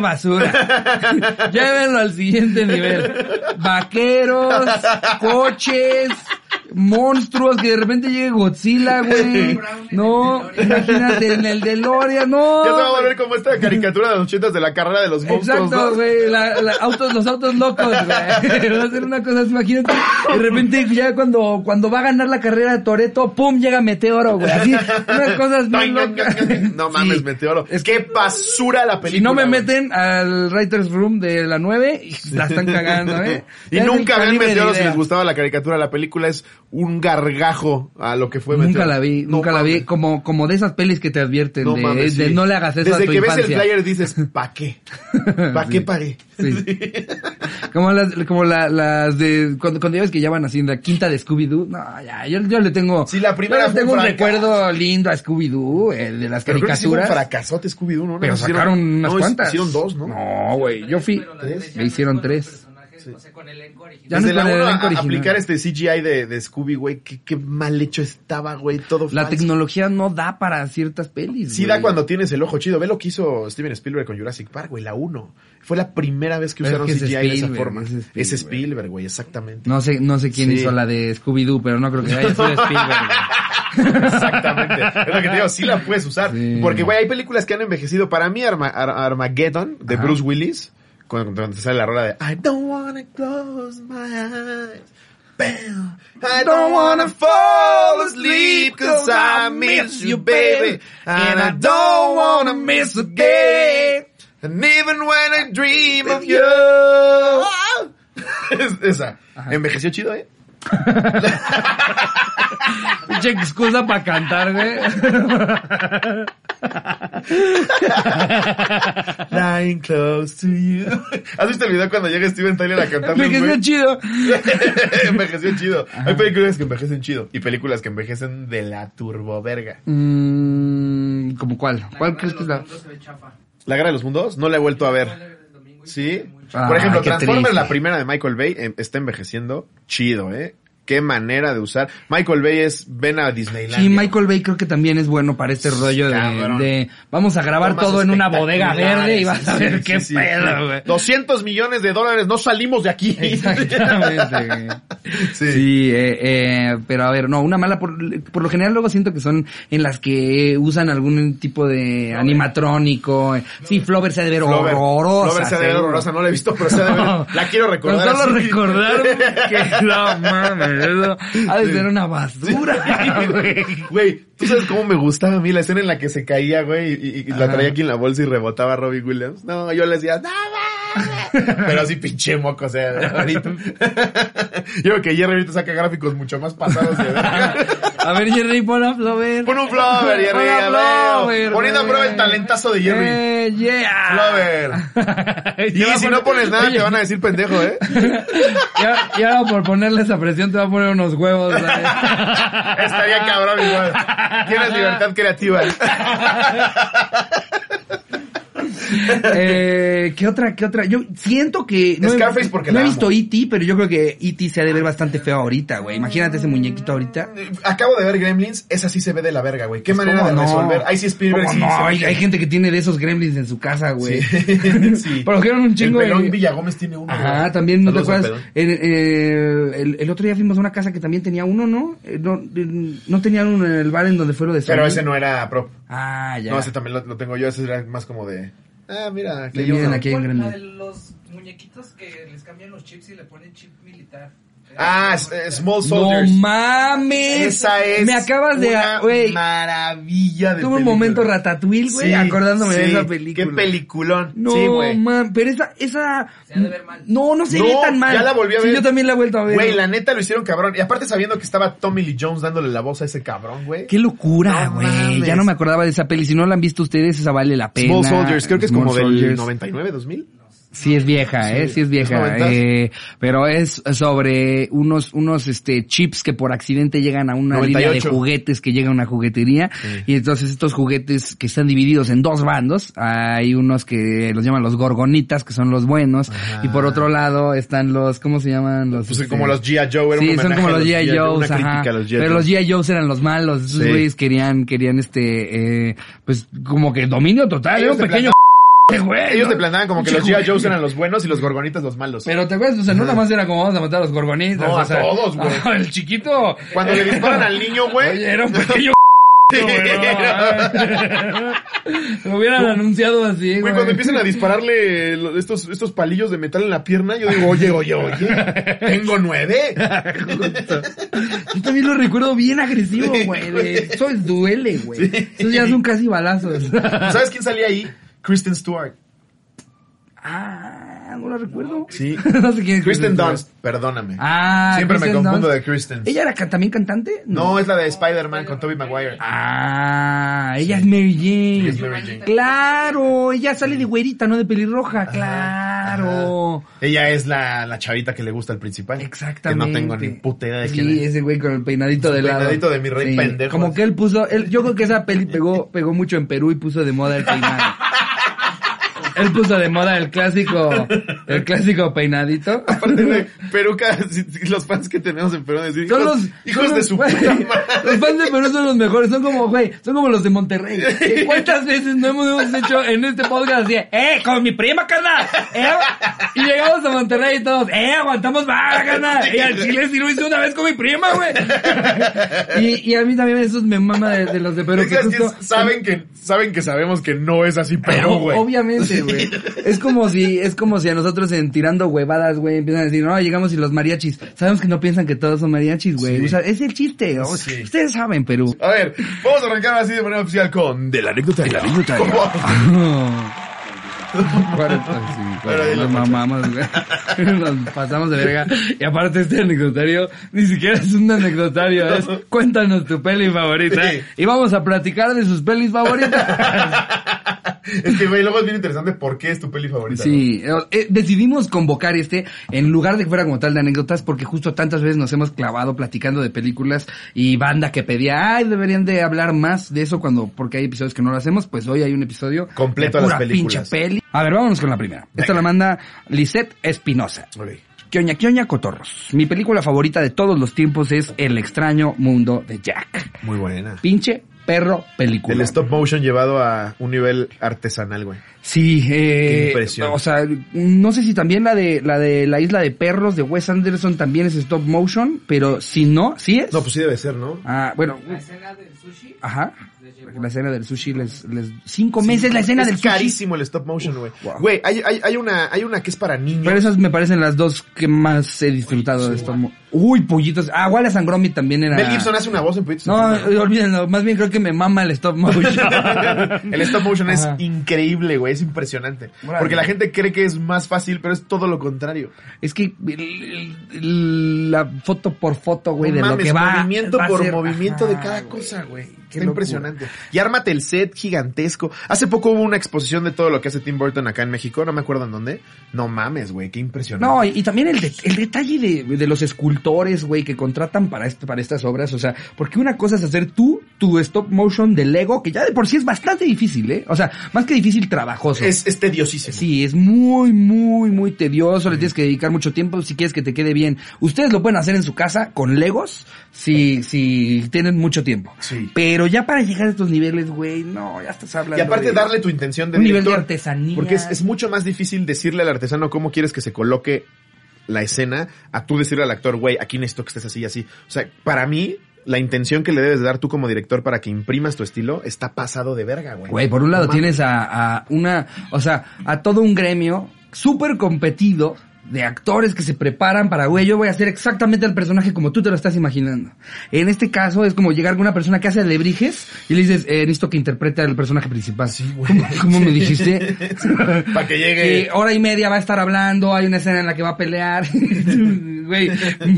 basura. Llévenlo al siguiente nivel. Vaqueros, coches, monstruos, que de repente llegue Godzilla, güey. No, imagínate, en el DeLorean, no. Ya se va a volver como esta caricatura de los ochentas de la carrera de los monstruos, Exacto, ¿no? güey, la, la, autos, los autos locos, güey. Va a ser una cosa así, imagínate, de repente ya cuando, cuando va a ganar la carrera de Toretto, pum, llega Meteoro, güey. Así, unas cosas bien locas. No mames, Sí. Meteoro. Es ¡Qué basura la película! Si no me güey. meten al Writer's Room de la nueve, la están cagando, ¿eh? Y Ya es el nunca vean calibre de Meteoro si idea. les gustaba la caricatura. La película es un gargajo a lo que fue Meteoro. Nunca la vi, No nunca la vi, mames. como, como de esas pelis que te advierten No de, mames, de sí. no le hagas eso Desde a tu que ves infancia. el flyer dices, ¿pa' qué? ¿Pa' qué pagué? Sí. Como las, como la, las de, cuando, cuando ya ves que ya van así en la quinta de Scooby-Doo, no, ya, yo, yo le tengo, Sí, la primera yo le fue tengo un un fracaso. recuerdo lindo a Scooby-Doo, eh, de las Pero creo que sí fue un caricaturas. fracasote Scooby-Doo, ¿no? Pero No, sacaron hicieron- unas no, cuantas. Hicieron dos, ¿no? No, güey, yo fui, ¿Tres? me hicieron tres. O sea, con elenco original. Ya no Desde es la con el uno a, elenco a original. aplicar este C G I de, de Scooby, güey, qué, qué mal hecho estaba, güey, todo La falso. tecnología no da para ciertas pelis, Sí güey. da cuando tienes el ojo chido. Ve lo que hizo Steven Spielberg con Jurassic Park, güey, la uno. Fue la primera vez que Pero usaron es que es C G I de esa Spielberg, forma. es Es Spielberg. Spielberg, güey, exactamente. No sé, no sé quién Sí. hizo la de Scooby-Doo, pero no creo que haya sido Spielberg, güey. Exactamente. Es lo que te digo, sí la puedes usar. Sí. Porque, güey, hay películas que han envejecido. Para mí, Arma- Ar- Armageddon, de Ajá. Bruce Willis, cuando, cuando te sale la rola de I don't wanna close my eyes. Bam. I don't wanna fall asleep cause I miss you, baby. And I don't wanna miss again. And even when I dream of you. Es- Esa. Ajá. Envejeció chido, ¿eh? Pinche excusa para cantar, güey. Lying close to you. ¿Has visto el video cuando llega Steven Tyler a cantarle? Me quedó chido. Envejeció chido. Ajá. Hay películas que envejecen chido y películas que envejecen de la turboverga. Mm, ¿Cómo cuál? La ¿Cuál Guerra crees de que es los la...? Mundos se ve chafa. ¿La Guerra de los Mundos? No la he vuelto a ver. ¿Sí? Ah, Por ejemplo, qué Transformers, triste. la primera de Michael Bay, eh, está envejeciendo chido, ¿eh? Qué manera de usar. Michael Bay es, ven a Disneyland. Sí, Michael Bay creo que también es bueno para este rollo de, Cabrón. de vamos a grabar Tomas todo en una bodega verde y vas a sí, ver sí, qué sí, pedo, sí. güey. doscientos millones de dólares, no salimos de aquí. Exactamente, güey. Sí. Sí, eh, eh, pero a ver, no, una mala, por, por lo general luego siento que son en las que usan algún tipo de Flover. animatrónico. Sí, Flover se ha de ver Flover, horrorosa. Flover se ha de ver seguro. horrorosa, no la he visto, pero se ha de ver. La quiero recordar. Con solo así. recordar que no mames, eso ha de ser una basura, güey. Güey, ¿tú sabes cómo me gustaba a mí la escena en la que se caía, güey, y, y la Ajá. traía aquí en la bolsa y rebotaba a Robbie Williams? No, yo le decía, ¡no, mames! Pero así pinche moco, o sea, ahorita. Yo creo que Jerry ahorita saca gráficos mucho más pasados de verga. A ver, Jerry, pon a Flover. Pon un Flover, Jerry, Pon a a ver. Flover, Poniendo a güey. prueba el talentazo de Jerry. Eh, yeah. Flover. Y Ya va si a no poner- pones nada, Oye, te van a decir pendejo, ¿eh? Ya, ya ahora por ponerle esa presión te va a poner unos huevos. ¿sabes? Estaría cabrón igual. Tienes libertad creativa. eh, ¿Qué otra? ¿Qué otra? Yo siento que... No Scarface he, porque no la he visto amo. E T, pero yo creo que E T se ha de ver bastante feo ahorita, güey. Imagínate ese muñequito ahorita. Acabo de ver Gremlins, esa sí se ve de la verga, güey. Qué Pues, manera ¿cómo de no? resolver. Ahí sí Spielberg ¿Cómo sí no? se ve Hay, que- hay gente que tiene de esos gremlins en su casa, güey. Sí. Sí. Produjeron un chingo el pelón de... Villagómez tiene uno. Ajá, güey. también, ¿no te Saludos al acuerdas? pelón. En, eh, el, el otro día fuimos a una casa que también tenía uno, ¿no? Eh, no, eh, no tenían uno en el bar en donde fue lo de Pero Sony. ese no era prop. Ah, ya. No, ese también lo, lo tengo yo. Ese era más como de... Ah, mira. Le que yo miren no. aquí en ¿Cuál? grande. La de los muñequitos que les cambian los chips y le ponen chip militar. Ah, es- es Small No Soldiers. mames. Esa es Me acabas de... una Güey, maravilla de tuve un película. momento Ratatouille, güey, Sí, acordándome de sí. esa película. Qué peliculón. No, sí, güey. man, pero esa, esa... Se ha de ver mal. No, no se No, ve tan mal. ya la volví a Sí, ver. yo también la he vuelto a ver. Güey, la neta lo hicieron cabrón. Y aparte sabiendo que estaba Tommy Lee Jones dándole la voz a ese cabrón, güey. Qué locura, No güey. mames. Ya no me acordaba de esa peli. Si no la han visto ustedes, esa vale la pena. Small Soldiers, creo que es Small como del Soldiers. noventa y nueve, dos mil. Sí es vieja, Sí, eh, sí es vieja, ¿es eh, pero es sobre unos, unos, este, chips que por accidente llegan a una noventa y línea de ocho. juguetes que llega a una juguetería, Sí. y entonces estos juguetes que están divididos en dos bandos, hay unos que los llaman los gorgonitas, que son los buenos, Ajá. y por otro lado están los, ¿cómo se llaman? Los, Pues este, como los G I. Joe, era un Sí, son homenaje como a los G I. Joe, Joes, una ajá. crítica a los G I. Pero Joe. los G I. Joes eran los malos, esos Sí. güeyes querían, querían este, eh, pues como que dominio total, era Ellos un te pequeño güey, Ellos ¿no? te planteaban como que Pinche los G I. juguete. Joes eran los buenos y los gorgonitas los malos. Pero te acuerdas, o sea, no nada más era como vamos a matar a los gorgonitas. No, o a sea, todos, güey. El chiquito. Cuando le disparan al niño, güey. Oye, era un pequeño Sí. güey, no, lo hubieran anunciado así, güey. Güey, cuando empiezan a dispararle lo- estos, estos palillos de metal en la pierna, yo digo, oye, oye, oye, tengo nueve. Yo también lo recuerdo bien agresivo, güey. de, Eso es duele, güey. Sí. Esos ya son casi balazos. ¿Sabes quién salía ahí? Kristen Stewart. Ah, no lo recuerdo. Sí. No sé quién es. Kristen Dunst, perdóname. Ah, Siempre me Kristen confundo Dunst. de Kristen. ¿Ella era ca- también cantante? No, es la de Spider-Man con Tobey Maguire. Ah, ella es Mary Jane. Es Mary Jane. Claro, ella sale de güerita, no de pelirroja, claro. Ajá. Ella es la, la chavita que le gusta al principal. Exactamente. Que no tengo ni puta idea de Sí, quién es. ese güey con el peinadito Su de lado. peinadito de mi rey pendejo. Como que él puso, él, yo creo que esa peli pegó, pegó mucho en Perú y puso de moda el peinado. Él puso de moda el clásico, el clásico peinadito. Aparte de peruca, si- si los fans que tenemos en Perú decir, Son hijos, los, hijos son de los- su güey, puta madre. los fans de Perú son los mejores, son como, güey, son como los de Monterrey. ¿Cuántas veces no hemos, hemos hecho en este podcast así, eh, con mi prima, carnal, eh? Y llegamos a Monterrey y todos, eh, aguantamos vara, carnal. Y al Chile sí lo hice una vez con mi prima, güey. Y, y a mí también esos me mama de, de los de Perú. Es que, que es que justo- saben que saben que sabemos que no es así, pero güey. Obviamente, güey. Es como si, es como si a nosotros en tirando huevadas, güey, empiezan a decir, no, llegamos y los mariachis. Sabemos que no piensan que todos son mariachis, güey. Sí. O sea, es el chiste. o- Sí. Ustedes saben, Perú. A ver, vamos a arrancar así de manera oficial con de la anécdota de la anécdota. cuarenta y cinco. Pero de Nos los mamamos, güey. Nos pasamos de verga. Y aparte este anecdotario ni siquiera es un anecdotario, es cuéntanos tu peli favorita. Sí. Y vamos a platicar de sus pelis favoritas. Es que, güey, luego es bien interesante por qué es tu peli favorita. Sí, eh, decidimos convocar este en lugar de que fuera como tal de anécdotas porque justo tantas veces nos hemos clavado platicando de películas y banda que pedía, ay, deberían de hablar más de eso cuando, porque hay episodios que no lo hacemos, pues hoy hay un episodio completo de a pura las películas. pinche peli. A ver, vámonos con la primera. Esta la manda Lisette Espinosa. ¿No? Ok. Kioña, Kioña, Cotorros. Mi película favorita de todos los tiempos es El extraño mundo de Jack. Muy buena. Pinche perro película. El stop motion llevado a un nivel artesanal, güey. Sí, eh, Qué impresión. o sea, no sé si también la de la de la isla de perros de Wes Anderson también es stop motion, pero si no, ¿sí es? No, pues sí debe ser, ¿no? Ah, bueno, La escena del sushi. ajá. les llevó- La escena del sushi les les cinco meses la escena es del sushi. carísimo el stop motion, güey. Wow. Güey, hay, hay, hay una, hay una que es para niños. Pero esas me parecen las dos que más he disfrutado de stop motion. Uy, pollitos. Ah, Wallace and Gromit también era. Mel Gibson hace una voz en Pollitos. No, en Fuga. olvídenlo, más bien creo que me mama el stop motion. El stop motion es Ajá. increíble, güey, es impresionante. Órale. Porque la gente cree que es más fácil, pero es todo lo contrario. Es que el- el- el- la foto por foto, güey, No de mames, lo que va. movimiento va a por ser- movimiento de Ajá, cada güey. cosa, güey. Qué Está locura. impresionante. Y ármate el set gigantesco. Hace poco hubo una exposición de todo lo que hace Tim Burton acá en México, no me acuerdo en dónde. No mames, güey, qué impresionante. No, y, y también el, de- el detalle de, de los escultores, güey, que contratan para este, para estas obras, o sea, porque una cosa es hacer tú, tu stop motion de Lego, que ya de por sí es bastante difícil, ¿eh? O sea, más que difícil, trabajoso. es, es tediosísimo. Sí, es muy, muy, muy tedioso, le tienes que dedicar mucho tiempo si quieres que te quede bien. Ustedes lo pueden hacer en su casa con Legos, si, si tienen mucho tiempo. Sí. Pero ya para llegar a estos niveles, güey, no, ya estás hablando Y aparte de darle tu intención de un nivel de director, artesanía. porque es, es mucho más difícil decirle al artesano cómo quieres que se coloque la escena, a tú decirle al actor, güey, aquí necesito que estés así y así. O sea, para mí, la intención que le debes dar tú como director para que imprimas tu estilo está pasado de verga, güey. Güey, por un lado No mames. tienes a, a una, o sea, a todo un gremio súper competido de actores que se preparan para, güey, yo voy a hacer exactamente el personaje como tú te lo estás imaginando. En este caso es como llegar con una persona que hace alebrijes y le dices, eh, necesito que interprete al personaje principal. Sí, güey. ¿Cómo, cómo me dijiste? Para que llegue. Sí, hora y media va a estar hablando, hay una escena en la que va a pelear. Güey,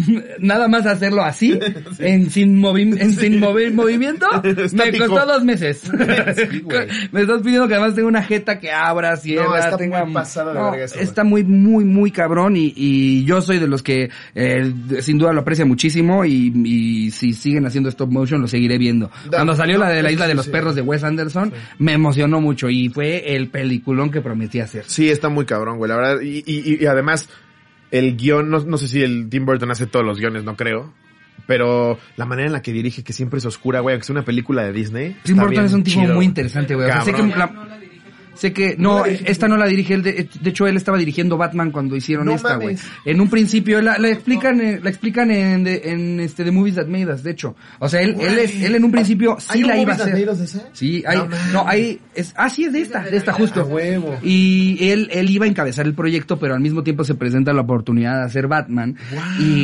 nada más hacerlo así, en sin, movi en sin mover movimiento, me Estático. costó dos meses. Sí, güey. Me estás pidiendo que además tenga una jeta que abra, cierra, No, está tenga... muy pasado de No, verga eso, está muy, muy, muy cabrón y, y yo soy de los que eh, sin duda lo aprecia muchísimo y, y si siguen haciendo stop motion lo seguiré viendo. Da- Cuando salió no, la de la sí, isla de sí, los sí. perros de Wes Anderson, me emocionó mucho y fue el peliculón que prometía hacer. Sí, está muy cabrón, güey, la verdad. Y, y, y además, el guión, no, no sé si el Tim Burton hace todos los guiones, no creo. Pero la manera en la que dirige, que siempre es oscura, güey, aunque sea una película de Disney. Tim está Burton bien es un tipo chido, muy interesante, güey. O sea, sé que Cabrón. la- No la dirige Tim Sé que, No no, la dirige. esta no la dirige él, de, de hecho él estaba dirigiendo Batman cuando hicieron No esta, güey. mames. En un principio, la, la explican, eh, la explican en, de- en este, The Movies That Made Us, de hecho. O sea, él, él, es, él en un principio sí ¿Hay un la iba a Movies That hacer. Made Us de esa? Sí, hay, No no, mames. hay, es, ah, sí, es de esta, de esta justo. A huevo. Y él, él iba a encabezar el proyecto, pero al mismo tiempo se presenta la oportunidad de hacer Batman. Wow.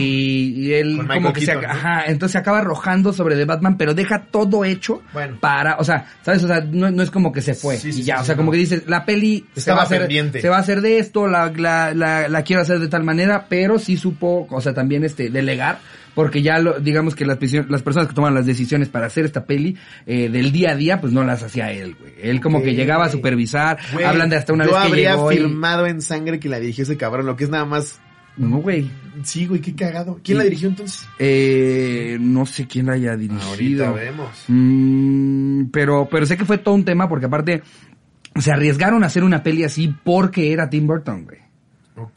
Y, y él Con como Michael que se, Keaton, ¿no? ajá, entonces se acaba arrojando sobre The Batman, pero deja todo hecho Bueno. para, o sea, ¿sabes? O sea, no, no es como que se fue Sí, sí, y ya, sí, o sea, sí, como no. que dices, la peli se Estaba va a hacer, pendiente. se va a hacer de esto, la, la, la, la quiero hacer de tal manera, pero sí supo, o sea, también este, delegar, porque ya lo, digamos que las, decisiones- las personas que toman las decisiones para hacer esta peli, eh, del día a día, pues no las hacía él, güey. Él como Ok. que llegaba a supervisar, Güey, hablan de hasta una yo vez que habría llegó y- firmado en sangre que la dirigió ese cabrón, lo que es nada más... No, güey. Sí, güey, qué cagado. ¿Quién la dirigió entonces? Eh, no sé quién la haya dirigido. Ahorita vemos. Mm, pero, pero sé que fue todo un tema porque aparte se arriesgaron a hacer una peli así porque era Tim Burton, güey. Ok.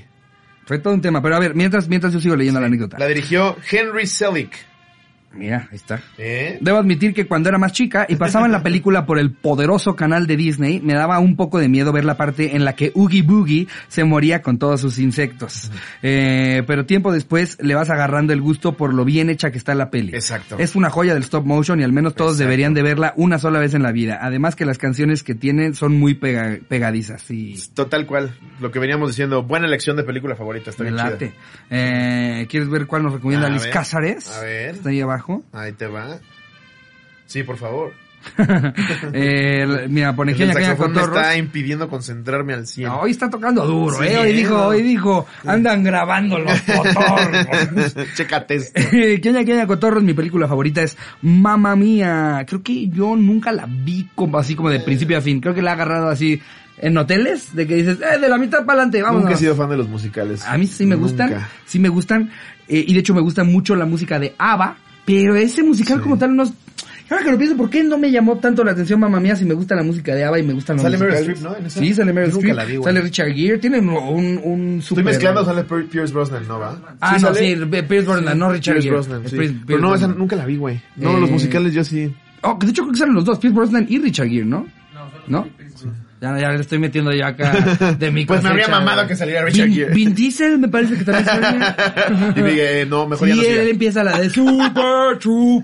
Fue todo un tema. Pero a ver, mientras, mientras yo sigo leyendo la anécdota. La dirigió Henry Selick. Mira, ahí está. ¿Eh? Debo admitir que cuando era más chica y pasaban la película por el poderoso canal de Disney, me daba un poco de miedo ver la parte en la que Oogie Boogie se moría con todos sus insectos. Eh, pero tiempo después le vas agarrando el gusto por lo bien hecha que está la peli. Exacto. Es una joya del stop motion y al menos todos Exacto. deberían de verla una sola vez en la vida. Además que las canciones que tienen son muy pega- pegadizas y Total cual. Lo que veníamos diciendo, buena elección de película favorita. Está me bien chida. late. Eh, ¿Quieres ver cuál nos recomienda A Liz ver, Cázares? a ver. Está ahí abajo. Ahí te va. Sí, por favor. eh, mira, pone El Kenia Kenia saxofón me Cotorros. está impidiendo concentrarme al cien. No, hoy está tocando duro, Sí, eh. Hoy dijo, no. hoy dijo, andan grabando los cotorros. Chécate esto. Kenia Kenia Cotorros, mi película favorita es Mamma Mía. Creo que yo nunca la vi como así como de principio a fin. Creo que la he agarrado así en hoteles, de que dices, eh, de la mitad para adelante, vamos. Nunca he sido fan de los musicales. A mí sí me gustan, Nunca. sí me gustan, eh, y de hecho me gusta mucho la música de ABBA, pero ese musical Sí. como tal no... Ahora que lo pienso, ¿por qué no me llamó tanto la atención Mamma Mía si me gusta la música de ABBA y me gustan los Sale Meryl musicales? Streep, ¿no? ¿En esa? Sí, sale Meryl Yo nunca Streep, la vi, güey. sale Richard Gere, tienen un, un Estoy super... mezclando, sale Pier- Pierce Brosnan, ¿no va? Ah, no, sale? sí, Pierce Brosnan, no Richard Pierce Gere. Brosnan, sí. Pierce- Pero no, Pierce esa Brosnan. nunca la vi, güey. No, Eh, los musicales yo sí. Oh, de hecho creo que salen los dos, Pierce Brosnan y Richard Gere, ¿no? No, solo ¿No? Chris Brosnan. Ya, ya le estoy metiendo ya acá de mi Pues me habría cosecha, mamado güey. que saliera Richard Vin, Gere. Vin Diesel me parece que también sale. Y dije, eh, no, mejor Sí, ya no él siga. empieza la de Super,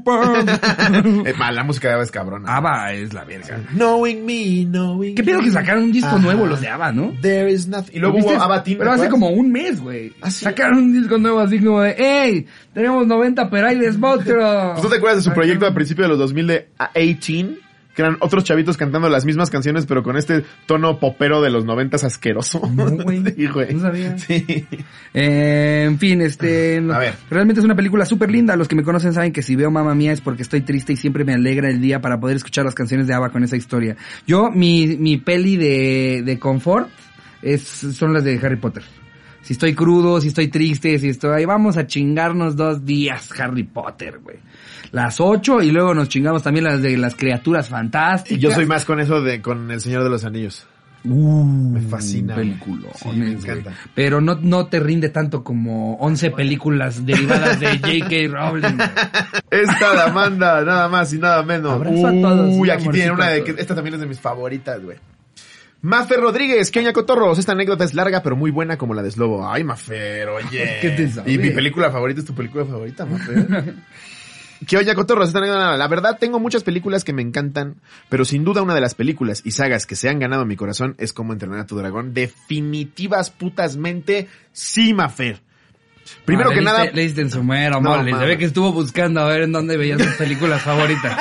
Super. Eh, ma, la música de ABBA es cabrona. ABBA es la verga. Knowing me, knowing ¿Qué pedo me. que sacaron un disco Ajá. nuevo los de ABBA, no? There is nothing. Y luego ¿Viste? hubo ABBA Teen, Pero ¿te hace acuerdas? como un mes, güey. ¿Ah, sí? Sacaron un disco nuevo así como de, ¡Ey! Tenemos noventa, pero ahí les otro. ¿Tú te acuerdas de su proyecto a principios de los dos mil de dieciocho? Que eran otros chavitos cantando las mismas canciones, pero con este tono popero de los noventas asqueroso. No, güey. Sí, güey. No sabía. Sí. Eh, en fin, este... A ver. Realmente es una película súper linda. Los que me conocen saben que si veo Mamma Mía es porque estoy triste y siempre me alegra el día para poder escuchar las canciones de ABBA con esa historia. Yo, mi, mi peli de, de confort es, son las de Harry Potter. Si estoy crudo, si estoy triste, si estoy... Vamos a chingarnos dos días Harry Potter, güey. Las ocho y luego nos chingamos también las de las criaturas fantásticas. Yo soy más con eso de con El Señor de los Anillos. Uh, Me fascina, güey. Peliculones, Sí, me güey. encanta. Pero no, no te rinde tanto como once películas derivadas de J K. Rowling. güey. Esta la manda, nada más y nada menos. Abrazo a todos, Uy, un aquí amorcito tienen una a de todos. que esta también es de mis favoritas, güey. Mafer Rodríguez, ¿qué oña cotorros? Esta anécdota es larga pero muy buena como la de Slobo. Ay, Mafer, oye. ¿Qué te sabe? Y mi película favorita es tu película favorita, Mafer. ¿Qué oña cotorros? Esta anécdota, la verdad tengo muchas películas que me encantan, pero sin duda una de las películas y sagas que se han ganado mi corazón es Cómo entrenar a tu dragón. Definitivas putasmente, sí, Mafer. Primero No, que le nada... diste- Le diste en su mero, No, mole. Se mames. ve que estuvo buscando a ver en dónde veía sus películas favoritas.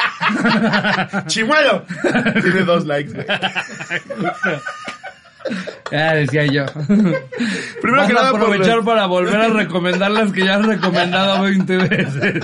¡Chimuelo! Tiene dos likes, güey. Ya decía yo. Primero Vas que a nada, por aprovechar los- para volver a recomendar las que ya has recomendado veinte veces.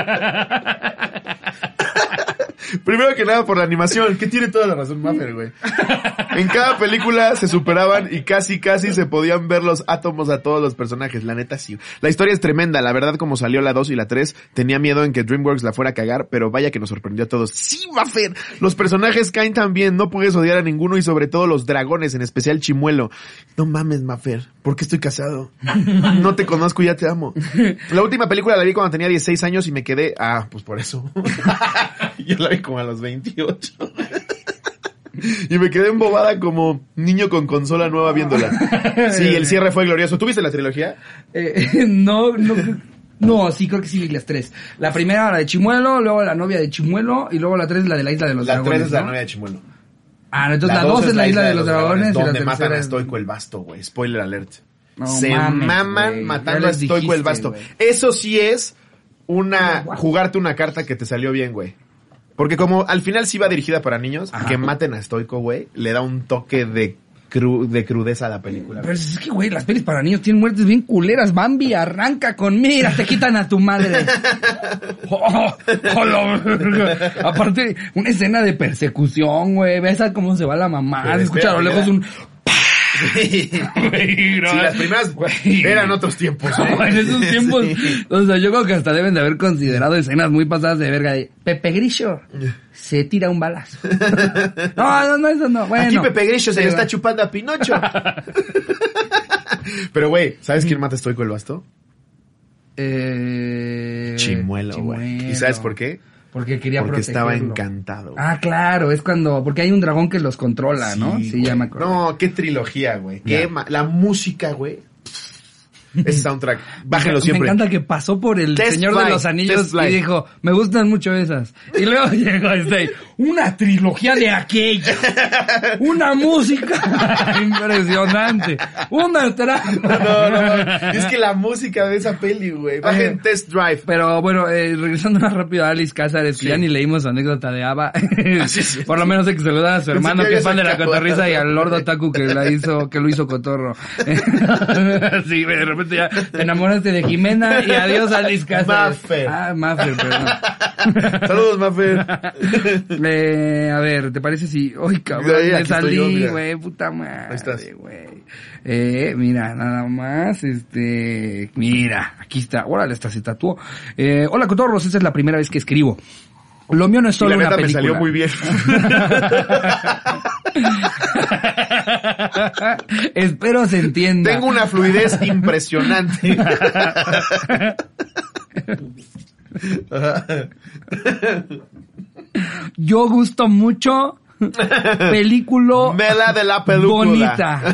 Primero que nada por la animación, que tiene toda la razón Maffer, güey. En cada película se superaban y casi casi se podían ver los átomos a todos los personajes, la neta sí. La historia es tremenda, la verdad como salió la dos y la tres, tenía miedo en que DreamWorks la fuera a cagar, pero vaya que nos sorprendió a todos. Sí, Maffer, los personajes caen tan bien, no puedes odiar a ninguno y sobre todo los dragones, en especial Chimuelo. No mames, Maffer, ¿por qué estoy casado? No te conozco y ya te amo. La última película la vi cuando tenía dieciséis años y me quedé, ah, pues por eso. Yo la vi como a los veintiocho. Y me quedé embobada como niño con consola nueva viéndola. Sí, el cierre fue glorioso. ¿Tú viste la trilogía? Eh, no, no, no, sí, creo que sí vi las tres. La primera, la de Chimuelo, luego la novia de Chimuelo, y luego la tres, la de la isla de los La dragones. tres es la ¿no? novia de Chimuelo. Ah, no, entonces la dos es la isla de los dragones, y la donde matan tercera a es... Stoico el Basto, güey. Spoiler alert. No Se mames, maman güey. matando Ya a les Stoico el dijiste, Basto. güey. Eso sí es una... jugarte una carta que te salió bien, güey. Porque como al final sí va dirigida para niños, Ajá. que maten a Stoico, güey, le da un toque de cru- de crudeza a la película. Pero es que, güey, las pelis para niños tienen muertes bien culeras. Bambi arranca con, mira, te quitan a tu madre. Oh, oh, la verga. Aparte, una escena de persecución, güey. Ves a cómo se va la mamá. Pero Se escucha a lo espera, lejos un... Sí. Güey, no, Sí, las primeras güey. eran otros tiempos. ¿eh? No, en esos tiempos, Sí. o sea, yo creo que hasta deben de haber considerado escenas muy pasadas de verga de Pepe Grillo se tira un balazo. No, no, no, eso no. Bueno. Aquí Pepe Grillo se le Pero- está chupando a Pinocho. Pero, güey, ¿sabes quién mata a Stoico el Basto? Eh... Chimuelo, güey. Chimuelo. ¿Y sabes por qué? Porque quería Porque estaba protegerlo. encantado. güey. Ah, claro, es cuando... Porque hay un dragón que los controla, ¿no? Sí, güey. ya me acuerdo. No, qué trilogía, güey. Qué Ya. ma- la música, güey. ese soundtrack. Bájenlo siempre. Me encanta que pasó por el Test Señor Flight, de los Anillos Test Flight. y dijo, me gustan mucho esas. Y luego llegó este, una trilogía de aquella. Una música impresionante. Una trama. No, no, no. Es que la música de esa peli, güey. Bajen Eh, Test Drive. Pero bueno, eh, regresando más rápido a Alice Cázares, que Sí. ya ni leímos su anécdota de Ava. sí, sí. Por lo menos hay que saludar a su Pensé hermano, que que es había fan de la sacado. cotorriza, y al Lord Otaku que la hizo, que lo hizo cotorro. Sí, de repente ya te enamoraste de Jimena y adiós Alice Cázares. Maffer. Ah, Maffer, perdón. Saludos, Maffer. Eh, a ver, ¿te parece si... ¡Ay, cabrón! Ahí, Me aquí estoy yo, salí, mira. güey, puta madre. Ahí estás. Güey. Eh, mira, nada más, este... Mira, aquí está. Órale, esta se tatuó. Eh, hola, cotorros, esta es la primera vez que escribo. Lo mío no es Y solo la una neta me película. salió muy bien. Espero se entienda. Tengo una fluidez impresionante. Yo gusto mucho película Mela de la película. bonita.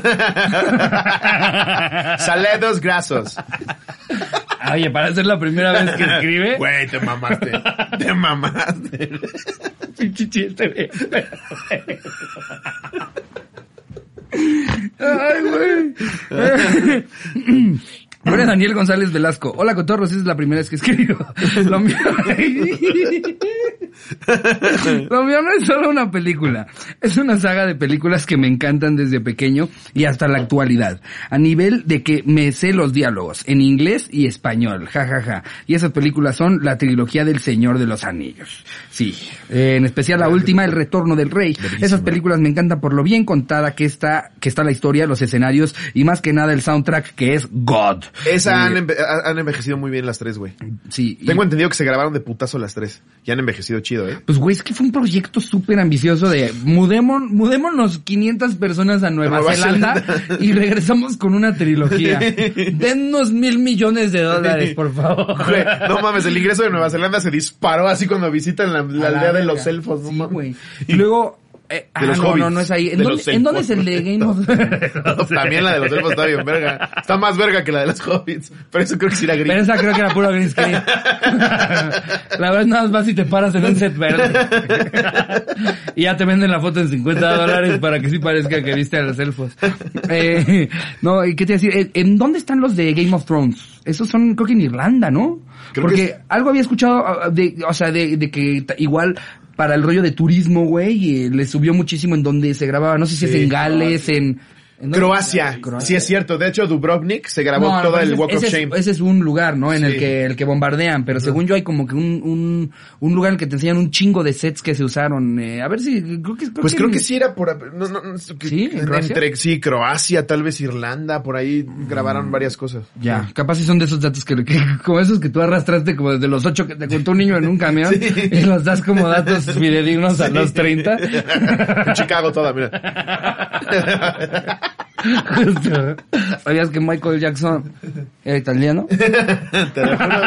Saludos grasos. Oye, para ser la primera vez que escribe. Güey, te mamaste. Te mamaste. Pinche chiste, güey. Ay, güey. Bueno, Daniel González Velasco. Hola, cotorros, esa es la primera vez que escribo. Lo mío... Lo mío no es solo una película. Es una saga de películas que me encantan desde pequeño y hasta la actualidad. A nivel de que me sé los diálogos en inglés y español. Ja, ja, ja. Y esas películas son la trilogía del Señor de los Anillos. Sí. Eh, en especial la última, El Retorno del Rey. Esas películas me encantan por lo bien contada que está, que está la historia, los escenarios y más que nada el soundtrack, que es God. Esa Eh, han, enve- han envejecido muy bien las tres, güey. Sí. y- Tengo entendido que se grabaron de putazo las tres. Y han envejecido chido, ¿eh? Pues, güey, es que fue un proyecto súper ambicioso de mudemos, mudémonos quinientas personas a Nueva, Nueva Zelanda, Zelanda. y regresamos con una trilogía. Dennos mil millones de dólares, por favor. Güey, no mames, el ingreso de Nueva Zelanda se disparó así cuando visitan la, la A aldea de verga. los elfos, no Sí, mames. güey. Y luego... Eh, ah, los no, hobbits, no, no es ahí. ¿En de dónde, los ¿en dónde es elfos. el de Game of Thrones? También la de los elfos está bien verga. Está más verga que la de los hobbits. Pero eso creo que sí era gris. Pero esa creo que era puro green screen. La verdad, nada más si te paras en un set verde. Y ya te venden la foto en cincuenta dólares para que sí parezca que viste a los elfos. Eh, no, ¿y qué te iba a decir? ¿En dónde están los de Game of Thrones? Esos son, creo que en Irlanda, ¿no? Creo Porque que es- algo había escuchado ah, de, o sea, de, de que t- igual para el rollo de turismo, güey, eh, le subió muchísimo en donde se grababa, no sé si Sí, es en Gales, en... ¿en dónde? Croacia. Croacia. Sí es cierto. De hecho, Dubrovnik se grabó No, no, todo pero el ese- Walk of ese Shame. Es, ese es un lugar, ¿no? En Sí. el que el que bombardean, pero según yo hay como que un, un un lugar en el que te enseñan un chingo de sets que se usaron. Eh, a ver si creo que creo Pues creo que en- sí era por... No, no, no, que- ¿Sí? ¿En Croacia? entre, sí, Croacia, tal vez Irlanda, por ahí grabaron varias cosas. Ya, capaz si son de esos datos que, que como esos que tú arrastraste como desde los ocho que te contó un niño en un camión y los das como datos fidedignos a los treinta. En Chicago toda, mira. Justo. ¿Sabías que Michael Jackson era italiano? Te lo juro,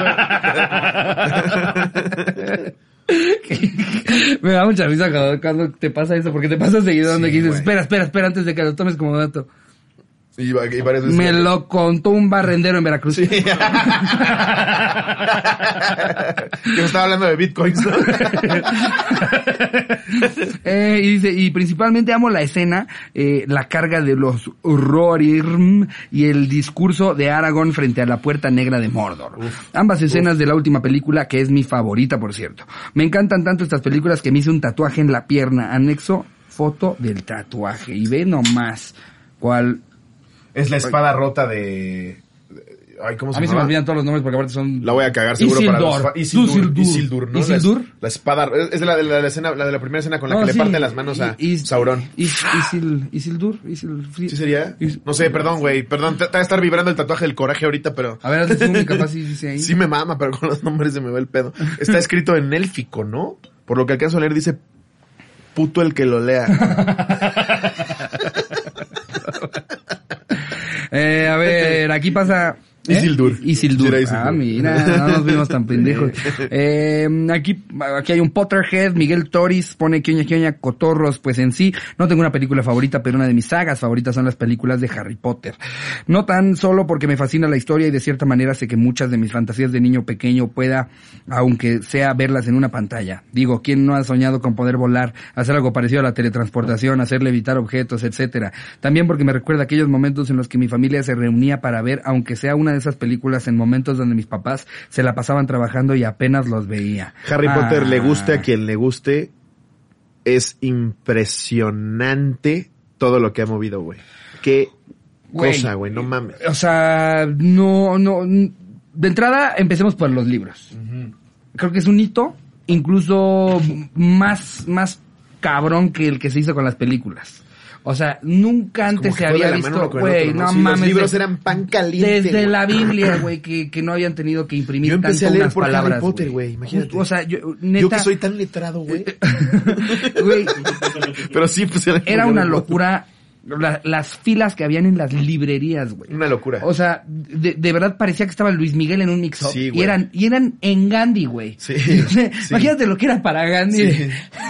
güey. Me da mucha risa cuando, cuando te pasa eso, porque te pasa seguido donde Sí, dices, güey. espera, espera, espera, antes de que lo tomes como dato. Y, va- y varias veces... Me lo contó un barrendero en Veracruz. Sí. Yo estaba hablando de bitcoins, ¿no? Eh, y dice, y principalmente amo la escena, eh, la carga de los Rohirrim y el discurso de Aragorn frente a la Puerta Negra de Mordor. Uf, Ambas escenas de la última película, que es mi favorita, por cierto. Me encantan tanto estas películas que me hice un tatuaje en la pierna, anexo foto del tatuaje. Y ve nomás cuál... Es la espada rota de... Ay, ¿cómo se A mí se me llama? olvidan todos los nombres porque aparte son... La voy a cagar seguro para los fa- Isildur. Isildur, Isildur, ¿no? Isildur. La, la espada, es de la de la, de la escena, la de la primera escena con la No, que sí. le parten las manos a Is- Sauron. Is- Isil, Isildur. Isil, ¿Sí sería? Is- No sé, perdón, güey. Perdón, te te va a estar vibrando el tatuaje del coraje ahorita, pero... A ver, hazle zoom y capaz sí dice ahí. Sí me mama, pero con los nombres se me va el pedo. Está escrito en élfico, ¿no? Por lo que alcanzo a leer dice... Puto el que lo lea. Eh, a ver, aquí pasa... ¿Eh? Isildur. Isildur. Sí, Isildur. Ah, mira, no nos vimos tan pendejos. Eh, aquí, aquí hay un Potterhead, Miguel Toris pone que oña, que oña, cotorros, pues en sí, no tengo una película favorita, pero una de mis sagas favoritas son las películas de Harry Potter. No tan solo porque me fascina la historia y de cierta manera sé que muchas de mis fantasías de niño pequeño pueda, aunque sea verlas en una pantalla. Digo, ¿quién no ha soñado con poder volar, hacer algo parecido a la teletransportación, hacer levitar objetos, etcétera? También porque me recuerda aquellos momentos en los que mi familia se reunía para ver, aunque sea una de esas películas, en momentos donde mis papás se la pasaban trabajando y apenas los veía. Harry Ah. Potter, le guste a quien le guste, es impresionante todo lo que ha movido, güey. Qué Güey. cosa, güey, no mames. O sea, no, no, de entrada empecemos por los libros. Creo que es un hito, incluso más, más cabrón que el que se hizo con las películas. O sea, nunca antes se había visto, güey, no sí, mames. Los libros de- eran pan caliente. Desde güey. la Biblia, güey, que, que no habían tenido que imprimir Yo empecé tanto a leer unas por palabras, Harry Potter, güey, imagínate. Justo, o sea, yo, neta, Yo que soy tan letrado, güey. güey, Pero sí, pues era, era una locura la- las filas que habían en las librerías, güey. Una locura. O sea, de, de verdad parecía que estaba Luis Miguel en un mix-up. Sí, y güey. eran, y eran en Gandhi, güey. Sí, O sea, sí. Imagínate lo que era para Gandhi. Sí.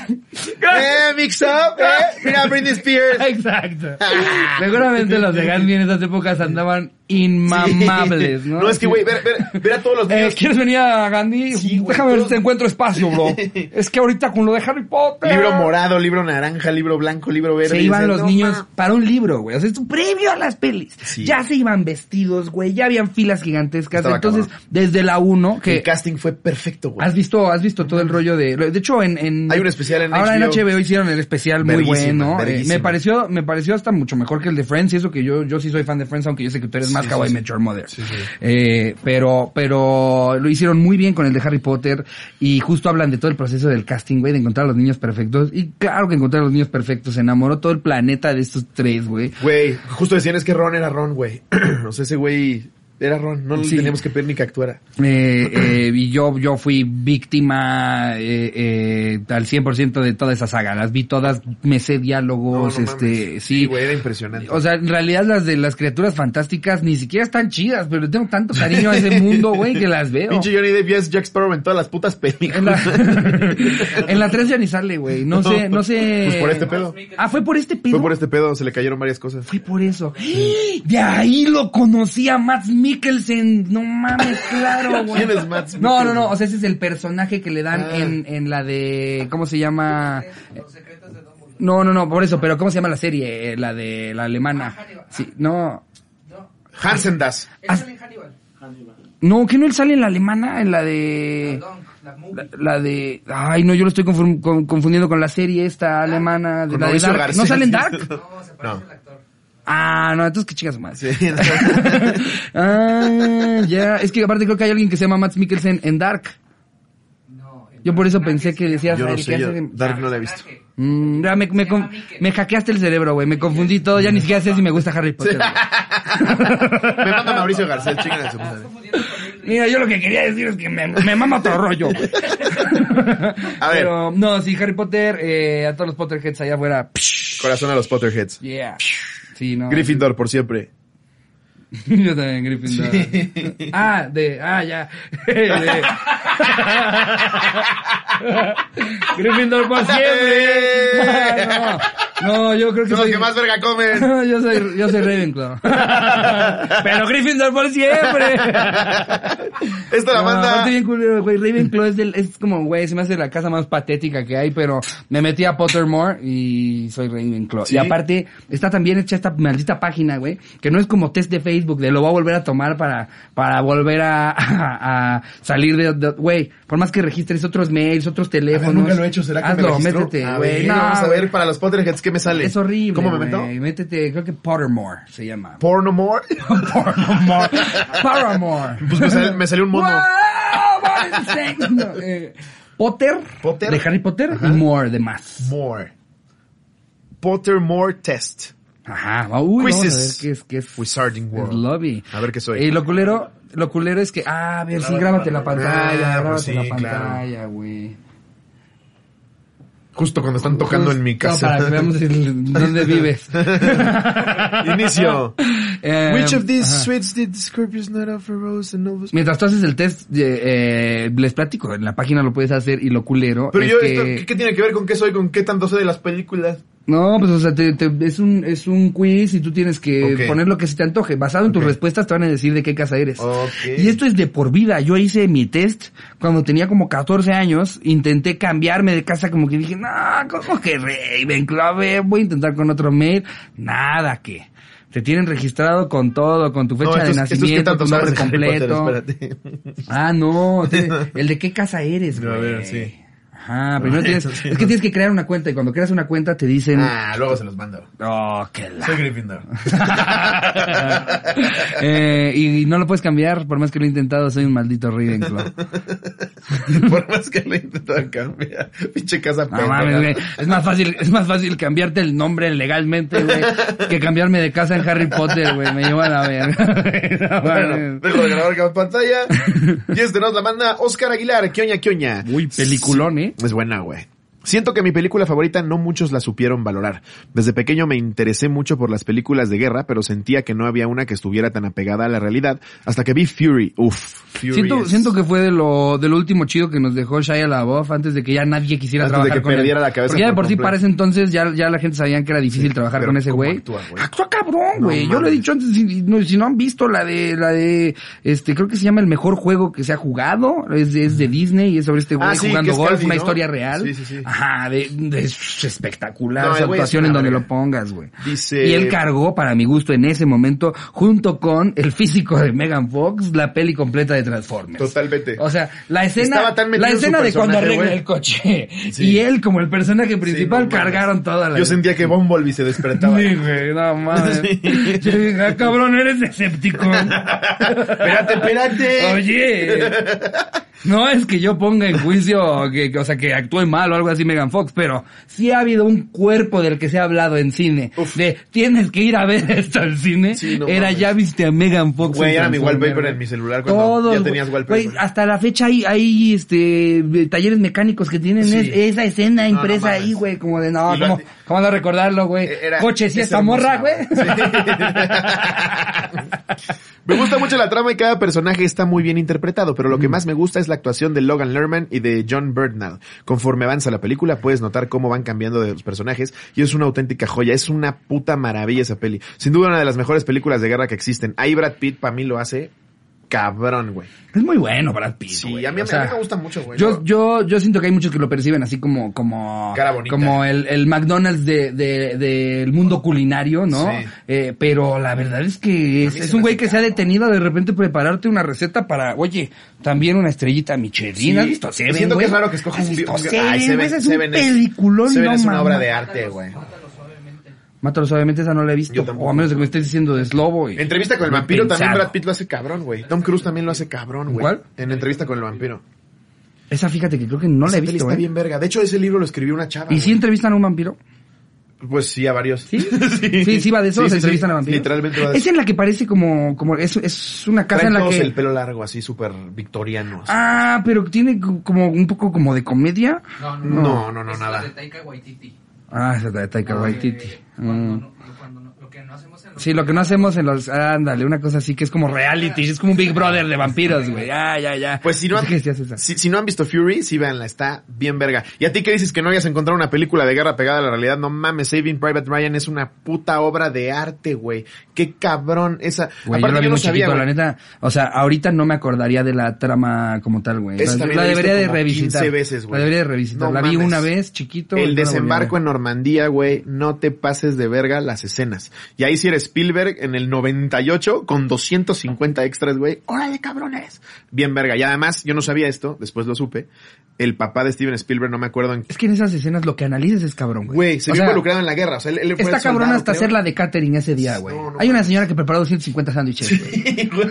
eh, mix up, eh. Mira, Britney Spears. Exacto. Seguramente los de Gandhi en esas épocas andaban inmamables, ¿no? No, es que, güey, ver, ver, ver a todos los Eh, niños. ¿Quieres venir a Gandhi? Sí, güey, Déjame ver todos- si te encuentro espacio, bro. Es que ahorita con lo de Harry Potter. Libro morado, libro naranja, libro blanco, libro verde. Se y iban dices, los no, niños ma. para un libro, güey. O sea, esto previo a las pelis. Sí. Ya se iban vestidos, güey. Ya habían filas gigantescas. Estaba Entonces, cabrón. desde la uno, que El casting fue perfecto, güey. has visto, has visto todo el rollo de, de hecho, en, en Hay un especial en ahora H B O. en H B O hicieron el especial muy Verguísima, bueno. Eh, verguísima. me pareció, me pareció hasta mucho mejor que el de Friends. Y eso que yo, yo sí soy fan de Friends, aunque yo sé que tú eres más Sí, How sí, I sí. Met Your Mother. Sí, sí. Eh, pero, pero lo hicieron muy bien con el de Harry Potter y justo hablan de todo el proceso del casting, güey, de encontrar a los niños perfectos. Y claro que encontrar a los niños perfectos, se enamoró todo el planeta de estos tres, güey. Güey, justo decían es que Ron era Ron, güey. O sea, ese güey era Ron. No le Sí. teníamos que pedir ni que actuara. Eh, eh, y yo, yo fui víctima eh, eh, al cien por ciento de toda esa saga. Las vi todas, me sé diálogos, No, no este, mames. sí. güey, era impresionante. O sea, en realidad las de las criaturas fantásticas ni siquiera están chidas, pero le tengo tanto cariño a ese mundo, güey, que las veo. Pinche Johnny Depp ya es Jack Sparrow en todas las putas películas. En la, en la tres ya ni sale, güey. No sé, no sé. Pues por este pedo. Ah, fue por este pedo. Fue por este pedo, se le cayeron varias cosas. Fue por eso. De ahí lo conocí a Mads Mikkelsen. No mames, claro, güey. ¿Quién es Mads No, no, Mikkelsen? no. O sea, ese es el personaje que le dan Ah. en, en la de... ¿Cómo se llama? Los secretos de Dumbledore. No, no, no, por eso. Pero ¿cómo se llama la serie? Eh, La de la alemana. Ah, Hannibal. Sí, no. No, Hansen Das. él sale en Hannibal. No, que no él sale en la alemana, en la de... Perdón, la movie. La, la de... Ay, no, yo lo estoy confun- con- confundiendo con la serie esta alemana. De Con la de Mauricio Dark. Garcés. ¿No sale en Dark? No, se parece No. al actor. Ah, no, entonces qué chicas más. Sí. Ah, ya. Es que aparte creo que hay alguien que se llama Mads Mikkelsen en Dark. No, el Yo por eso personaje pensé que se decías... Yo no el sé, que yo- hace de- Dark no la he visto. personaje. Mm, ya me, me, Se llama con- Mikkel. me hackeaste el cerebro, güey. Me confundí todo. Ya ni siquiera sé si me gusta Harry Potter. güey. Me manda Mauricio Garcés, chingan a su Estás madre. confundiendo con Will Smith. Mira, yo lo que quería decir es que me, me mama otro rollo. güey. A ver. Pero, no, sí, Harry Potter, eh, a todos los Potterheads allá afuera. Corazón a los Potterheads. Yeah. Sí, no. Gryffindor por siempre. Yo también, Gryffindor. Ah, de, ah, ya. De- Gryffindor por siempre. Ay, no. No, yo creo que Son los soy... que más verga comen. yo soy, yo soy Ravenclaw. Pero Gryffindor por siempre. Esta la No, manda. aparte bien culero, güey. Ravenclaw es del, es como, güey, se me hace la casa más patética que hay, pero me metí a Pottermore y soy Ravenclaw. ¿Sí? Y aparte, está también hecha esta maldita página, güey, que no es como test de Facebook, de lo voy a volver a tomar para, para volver a, a, a salir de, de- güey, por más que registres otros mails, otros teléfonos. nunca lo he hecho, ¿será que me hazlo, registro? métete, A güey. ver, No, vamos a güey. ver para los Potterheads qué me sale. Es horrible, ¿Cómo me güey. meto? Métete, creo que Pottermore se llama. Pornomore. Pottermore. Paramore. Pues me, sal- me salió un mono. Wow, what is this? No, eh, Potter, Potter. de Harry Potter Ajá. y More de más. More. Pottermore Test. Ajá, uy, vamos a ver Quizzes. qué es, qué es. Wizarding Es World. lobby. A ver qué soy. Y lo culero, lo culero es que, ah, a ver, sí, grábate la pantalla, Ah, grábate pues sí, la claro. pantalla, güey. Justo cuando están tocando en mi No, casa. para que veamos el- dónde vives. Inicio. Eh, Which of these ajá. sweets did Scorpius not offer Rose and Novus? Mientras tú haces el test, eh, eh, les platico, en la página lo puedes hacer y lo culero. Pero es yo, que... esto, ¿qué, ¿qué tiene que ver con qué soy? ¿Con qué tanto sé de las películas? No, pues o sea, te, te, es un es un quiz y tú tienes que Okay. poner lo que se te antoje. Basado en tus Okay. respuestas te van a decir de qué casa eres. Okay. Y esto es de por vida. Yo hice mi test cuando tenía como catorce años. Intenté cambiarme de casa, como que dije, no, ¿cómo que Ravenclaw? Voy a intentar con otro mail. Nada que... Te tienen registrado con todo, con tu fecha No, estos- de estos que nacimiento, tanto tu nombre sabes de Harry completo. Potter, espérate. Ah, no, te- el de qué casa eres, No, a güey. ver, sí. Ajá, primero tienes, es que tienes que crear una cuenta y cuando creas una cuenta te dicen, Ah, luego se los mando. oh, qué la... Soy Gryffindor. eh, y no lo puedes cambiar, por más que lo he intentado, soy un maldito Ravenclaw. Por más que lo he intentado cambiar. Pinche casa No pendeja. mames, güey. Es más fácil, es más fácil cambiarte el nombre legalmente, güey, que cambiarme de casa en Harry Potter, güey. Me lleva a la verga. No Bueno, mames. dejo de grabar cada pantalla. Y este nos la manda Oscar Aguilar. Quioña, quioña. Uy, peliculón, ¿eh? Es buena, güey. Siento que mi película favorita no muchos la supieron valorar. Desde pequeño me interesé mucho por las películas de guerra, pero sentía que no había una que estuviera tan apegada a la realidad hasta que vi Fury. Uf, Fury Siento, es- siento que fue de lo, de lo último chido que nos dejó Shia LaBeouf antes de que ya nadie quisiera Antes de trabajar que con él. perdiera la cabeza Porque ya de por por sí completo. para ese entonces ya, ya la gente sabía que era difícil Sí, trabajar pero con ese ¿cómo güey. actúa, güey? Actúa cabrón, No güey. Yo lo he mames. dicho antes, si no, si no han visto la de, la de, este, creo que se llama El Mejor Juego que se ha jugado. Es, de- es de Disney y es sobre este güey Ah, sí, que jugando es golf, Cardi, una ¿no? historia real. Sí, sí, sí. Ajá, de, de- es espectacular No, su el güey es actuación una en donde verga. lo pongas, güey. Dice- Y él cargó, para mi gusto, en ese momento, junto con el físico de Megan Fox, la peli completa de Transformers. Totalmente. O sea, la escena, Estaba tan metido la en su escena de cuando personaje, arregla güey. el coche. Sí. Y él, como el personaje principal, no mames. cargaron toda la... Yo sentía que Bumblebee se despertaba. Sí, güey, no mames. Sí. Yo dije, ah, cabrón, eres Decepticon. Espérate, espérate. Oye. No es que yo ponga en juicio, que, que, o sea, que actúe mal o algo así Megan Fox, pero sí ha habido un cuerpo del que se ha hablado en cine. Uf. De, tienes que ir a ver esto al cine. Sí, no Era, mames. ya viste a Megan Fox. Güey, en era mi Transformers, wallpaper güey. en mi celular cuando Todos, ya tenías güey. wallpaper. Güey, hasta la fecha hay, hay, este, talleres mecánicos que tienen Sí. es- esa escena No, no impresa mames. ahí, güey, como de, no, Y lo- ¿cómo, cómo no recordarlo, güey? Era- Coche, sí, es esta morra, hermosa, güey. Me gusta mucho la trama y cada personaje está muy bien interpretado, pero lo que más me gusta es la actuación de Logan Lerman y de John Bernthal. Conforme avanza la película puedes notar cómo van cambiando de los personajes y es una auténtica joya, es una puta maravilla esa peli. Sin duda una de las mejores películas de guerra que existen. Ahí Brad Pitt para mí lo hace cabrón, güey. Es muy bueno Brad Pitt, Sí, güey. a mí, O sea, a mí me gusta mucho, güey. Yo, ¿no? yo, yo siento que hay muchos que lo perciben así como, como, Cara bonita. como el, el McDonald's de, de, del mundo culinario, ¿no? Sí. Eh, pero la verdad es que es, A mí es se un me güey hace que se ha detenido a de repente prepararte una receta para, oye, también una estrellita Michelin. Sí, ¿Has visto y Seven, siento que güey? es raro que escoja ¿Has un... visto un- Seven, Ay, güey? Ese es un Seven peliculón, Seven no es una mames. obra de arte, güey. Mátalo suavemente, esa no la he visto. Yo tampoco. O a menos de que me estés diciendo de Slobo. Y... Entrevista con el Bien vampiro también pensado. Brad Pitt lo hace cabrón, güey. Tom Cruise también lo hace cabrón, güey. ¿Cuál? En Entrevista con el vampiro. Esa fíjate que creo que no la Esa he peli visto, está ¿eh? bien verga. De hecho, ese libro lo escribió una chava. ¿Y si güey. entrevistan a un vampiro? Pues sí, a varios. ¿Sí? Sí, sí va de eso, Sí, se sí, entrevistan sí. a vampiros. Literalmente va de Es eso. en la que parece como, como, es, es una casa Traen en la todos que... el pelo largo, así, súper victoriano. así. Ah, pero tiene como un poco como de comedia. No, no, No, no, no, Es nada. la de Taika Waititi. Ah, esa de Taika Waititi. Eh, cuando Mm. no- cuando no- lo que no hacemos en los Sí, lo que no hacemos en los... Ándale, una cosa así que es como reality, es como un Big Brother de vampiros, güey. Ya, ya, ya. Pues si no, han, ¿Qué decías esa? si, si no han visto Fury, sí véanla, está bien verga. Y a ti que dices que no hayas encontrado una película de guerra pegada a la realidad, no mames, Saving Private Ryan es una puta obra de arte, güey. Qué cabrón esa. Güey, yo Aparte la vi yo no muy sabía, chiquito, la güey. neta. O sea, ahorita no me acordaría de la trama como tal, güey. Esa La, también la la he visto debería de como revisitar. quince veces, güey. La debería de revisitar. No la vi mames. una vez, chiquito. y El no la volví a desembarco ver. en Normandía, güey, no te pases de verga las escenas. Y ahí sí era Spielberg en el noventa y ocho con doscientos cincuenta extras, güey. ¡Órale, cabrones! Bien verga. Y además, yo no sabía esto, después lo supe. El papá de Steven Spielberg, no me acuerdo en... Es que en esas escenas lo que analices es cabrón, güey. Güey, se O vio sea, involucrado en la guerra. O sea, él, él fue Está el cabrón soldado, hasta creo. hacer la de catering ese día, güey. No, no Hay una mames. señora que preparó doscientos cincuenta sándwiches, güey. Sí, güey.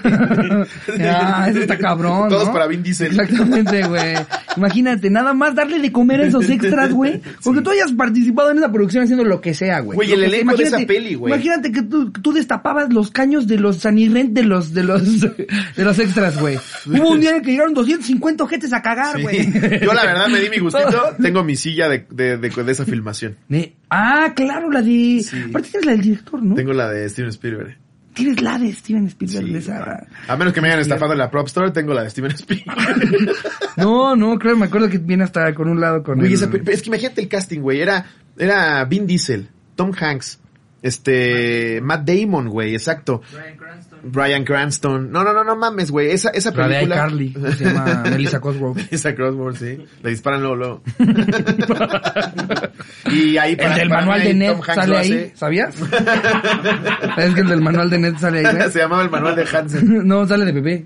Ah, eso está cabrón, Todos ¿no? para Vin Diesel. Exactamente, güey. Imagínate, nada más darle de comer a esos extras, güey. Porque tú hayas participado en esa producción haciendo lo que sea, güey. Güey, Lo el que sea. elenco de esa Imagínate- peli, güey. Imagínate que tú, tú destapabas los caños de los sanirrent de los, de los, de los extras, güey. Hubo un día en el que llegaron doscientos cincuenta ojetes a cagar, Sí. güey. Yo la verdad me di mi gustito. Tengo mi silla de, de, de, de esa filmación. De- ah, claro, la de... Sí. Aparte tienes la del director, ¿no? Tengo la de Steven Spielberg. tienes la de Steven Spielberg Sí, de esa. A menos que me hayan estafado en la Prop Store, tengo la de Steven Spielberg. No, no, creo, me acuerdo que viene hasta con un lado con Güey, el... esa pe- es que imagínate el casting, güey. Era, era Vin Diesel, Tom Hanks, este, Matt Damon, güey, exacto. Bryan Cranston. Bryan Cranston. No, no, no, no mames, güey. Esa, esa La de película. iCarly, que se llama Melissa Cosgrove. Esa Crossword, sí. Le disparan luego, luego. Y ahí para El del para manual mí de ahí Ned Tom Hanks sale lo ahí, hace. ¿sabías? ¿Sabes que el del manual de Ned sale ahí, güey? Se llamaba el manual de Hansen. No, sale de bebé.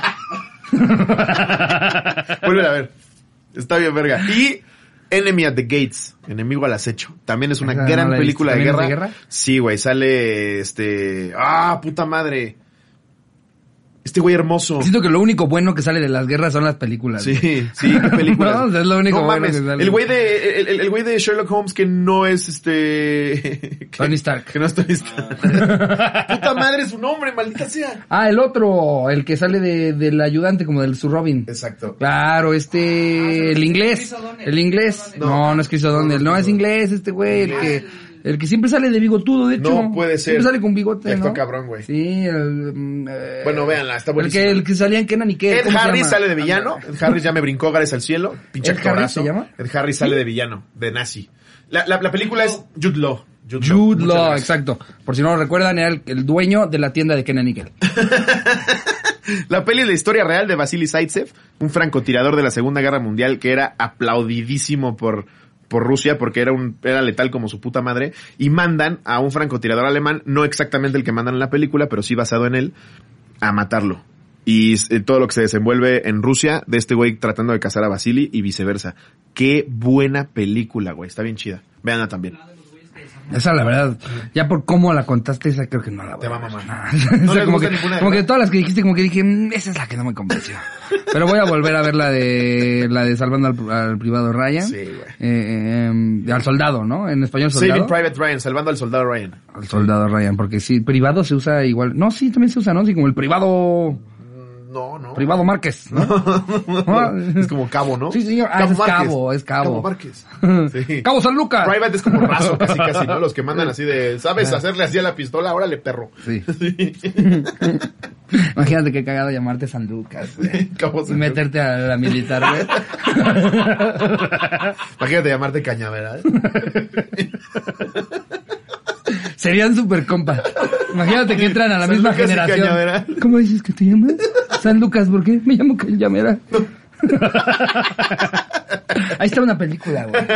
Vuelve a ver. Está bien, verga. Y Enemy at the Gates, Enemigo al acecho. También es una Esa gran no la he película de visto. guerra. ¿También es de guerra? Sí, güey, sale este... Ah, puta madre. Este güey hermoso. Siento que lo único bueno que sale de las guerras son las películas. Sí, güey. sí, qué película. No, o sea, es lo único no bueno mames. que sale. El güey de el, el- el güey de Sherlock Holmes que no es este que- Tony Stark. Que no es Tony Stark. Puta madre su nombre, maldita sea. Ah, el otro, el que sale de, del ayudante, como del su Robin. Exacto. Claro, este, el inglés, Chris O'Donnell. el inglés. No. No, no es Chris O'Donnell, no, es inglés este güey, el que, el que siempre sale de bigotudo, de hecho. No puede ser. Siempre sale con bigote, Actúa ¿no? cabrón, güey. Sí, el, mm, eh, Bueno, véanla, está el buenísimo. que, el que salía en Kenan y Kel, Ed ¿cómo se Harris llama? sale de villano. Ed Harris ya me brincó Gares al cielo. Pinche ¿Ed Harris actorazo. se llama? Ed Harris sale de villano, de nazi. La, la, la película es Jude Law. Jude Muchas Law, gracias. exacto. Por si no lo recuerdan, era el, el dueño de la tienda de Kenan y Kel. La peli es la historia real de Vasily Zaitsev, un francotirador de la Segunda Guerra Mundial que era aplaudidísimo por, por Rusia porque era un era letal como su puta madre, y mandan a un francotirador alemán, no exactamente el que mandan en la película, pero sí basado en él, a matarlo. Y eh, todo lo que se desenvuelve en Rusia de este güey tratando de cazar a Vasily y viceversa. Qué buena película, güey. Está bien chida. Véanla también. Esa, la verdad, ya por cómo la contaste, esa creo que no la voy Te va a ver. a mamar. Ah, No o sea, le como gusta que, ninguna de como que las- todas las que dijiste, como que dije, "Mm, esa es la que no me convenció". Pero voy a volver a ver la de, la de Salvando al, al Privado Ryan. Sí, güey. Eh, eh, al soldado, ¿no? En español soldado. Saving Private Ryan, salvando al soldado Ryan. Al soldado Ryan, porque sí, privado se usa igual. No, sí, también se usa, ¿no? Sí, como el privado, No, no. privado Márquez, ¿no? Es como Cabo, ¿no? Sí, señor. Ah, es Márquez. Cabo, es Cabo. Cabo Márquez. Sí. Cabo San Lucas. Private es como raso, casi, casi, ¿no? Los que mandan así de, ¿sabes hacerle así a la pistola? Órale, perro. Sí. Imagínate qué cagado llamarte San Lucas, güey. Cabo Y San meterte a la militar, güey. Imagínate llamarte Cañaveral. Serían super compas. Imagínate que entran a la San misma Lucas y generación. Cañaveral. ¿Cómo dices que te llamas? San Lucas, ¿por qué? Me llamo Cañaveral. Ahí está una película, güey.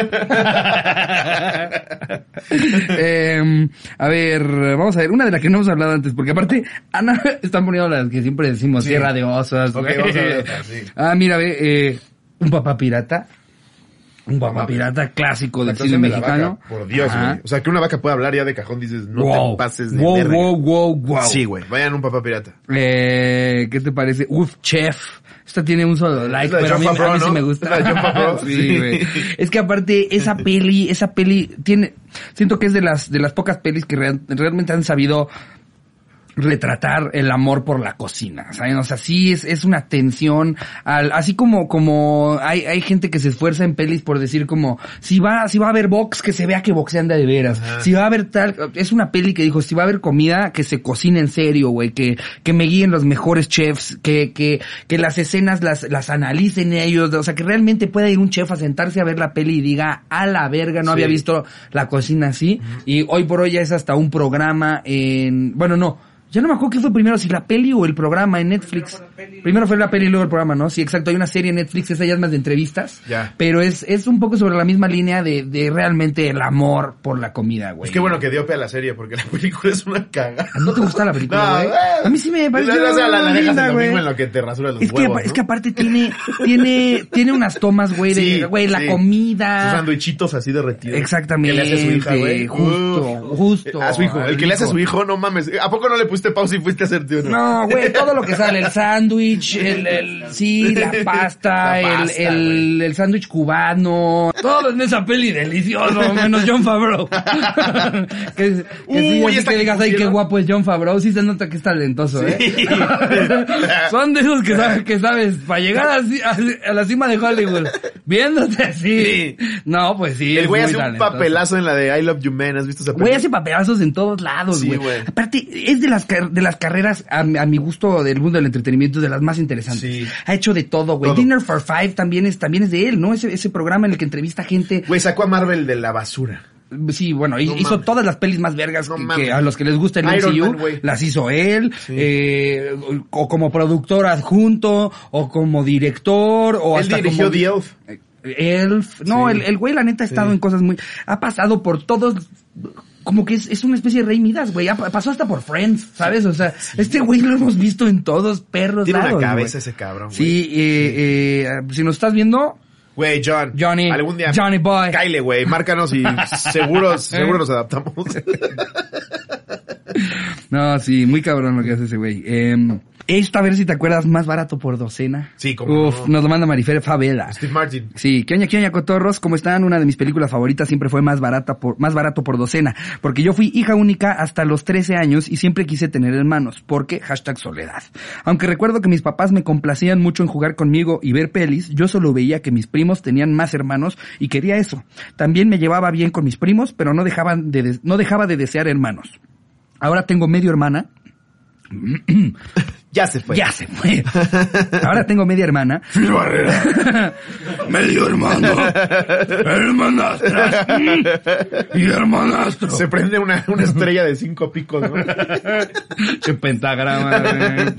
eh, a ver, vamos a ver, una de las que no hemos hablado antes, porque aparte, Ana, están poniendo las que siempre decimos, Sí. Tierra de Osos. Ok, güey. vamos a ver otra, sí. Ah, mira, ve, eh, un papá pirata. Un papá pirata clásico del La cine actuación de la mexicano. vaca, por Dios, Ajá. güey. O sea, que una vaca pueda hablar ya de cajón, dices, no wow. te pases de wow, verga. wow, wow, wow. Sí, güey. Vayan a un papá pirata. Eh, ¿qué te parece? Uf, Chef. Esta tiene un solo like, la de pero a mí, John Favreau, a mí sí ¿no? me gusta. Es la de John Favreau. Sí, Sí. güey. Es que aparte, esa peli, esa peli tiene, siento que es de las, de las pocas pelis que real- realmente han sabido retratar el amor por la cocina, ¿saben? O sea, sí es, es una tensión, al, así como, como hay, hay gente que se esfuerza en pelis por decir como, si va, si va a haber box, que se vea que boxean de veras, Ajá. si va a haber tal, es una peli que dijo, si va a haber comida, que se cocine en serio, güey, que, que me guíen los mejores chefs, que, que, que las escenas las, las analicen ellos, o sea, que realmente pueda ir un chef a sentarse a ver la peli y diga, a la verga, no Sí. había visto la cocina así, y hoy por hoy ya es hasta un programa en, bueno, no, ya no me acuerdo qué fue primero, si la peli o el programa en Netflix. Primero fue la peli. Primero fue la peli y luego el programa, ¿no? Sí, exacto. Hay una serie en Netflix, esa ya es más de entrevistas. Ya. Pero es, es un poco sobre la misma línea de, de realmente el amor por la comida, güey. Es que bueno que dio pe a la serie, porque la película es una cagada. ¿No te gusta la película, No, güey? eh. A mí sí me pareció O sea, la, la dejas linda, el güey. domingo en lo que te rasuras los Es que, huevos, apa- es ¿no? que aparte tiene, tiene, tiene unas tomas, güey, de, Sí, güey, la sí. comida. Sus sandwichitos así derretidos. Exactamente, Que le hace a su hija, güey. justo, Uf. justo. A su hijo. El que le hace a su Rico. hijo, no mames. ¿A poco no le pusiste pausa y fuiste a hacer tío? No, güey, todo lo que sale, el sándwich, el, el, sí, la pasta, La pasta, el, el, el sándwich cubano, todo en esa peli delicioso, menos John Favreau. que, que sí, Uy, así esta que que digas, ay, qué pusieron. guapo es John Favreau, sí se nota que es talentoso, Sí. ¿eh? Son de esos que sabes, que sabes, para llegar así, a, a la cima de Hollywood, Viéndote así. Sí. No, pues sí. El güey es hace muy un talentoso. papelazo en la de I Love You Man. ¿Has visto esa película? Güey hace papelazos en todos lados, Sí, güey. güey. Aparte, es de las car- de las carreras, a, mi- a mi gusto, del mundo del entretenimiento, de las más interesantes. Sí. Ha hecho de todo, güey. Todo. Dinner for Five también es, también es de él, ¿no? Ese, ese programa en el que entrevista gente. Güey, sacó a Marvel de la basura. Sí, bueno, hi- No hizo mames. todas las pelis más vergas No que, mames. que a los que les gusta el Iron M C U, Man, güey. las hizo él, Sí. eh, o como productor adjunto, o como director, o Él hasta dirigió como... The Elf. Elf. No, Sí. el, el güey la neta ha estado Sí. en cosas muy... Ha pasado por todos... Como que es, es una especie de Rey Midas, güey. Ha- Pasó hasta por Friends, ¿sabes? O sea, este güey lo hemos visto en todos perros Tiene lados, una cabeza güey. ese cabrón, güey. Sí, eh, eh, si nos estás viendo... Güey, John. Johnny. Algún día. Johnny Boy. Cáile, güey. Márcanos y seguros, seguro nos adaptamos. No, sí, muy cabrón lo que hace ese güey. Eh, esta, a ver si te acuerdas, Más Barato por Docena. Sí, cómo Uf, no. nos lo manda Marifer Favela. Steve Martin. Sí, ¿qué oña, qué oña, cotorros? ¿Cómo están? Una de mis películas favoritas siempre fue Más barata por, Más Barato por Docena, porque yo fui hija única hasta los trece años y siempre quise tener hermanos, porque hashtag soledad. Aunque recuerdo que mis papás me complacían mucho en jugar conmigo y ver pelis, yo solo veía que mis primos tenían más hermanos y quería eso. También me llevaba bien con mis primos, pero no dejaban de, de- no dejaba de desear hermanos. Ahora tengo medio hermana. Ya se fue. Ya se fue. Ahora tengo media hermana. Medio hermano. Hermanastras. Y hermanastro. Se prende una, una estrella de cinco picos, ¿no? Qué pentagrama, güey.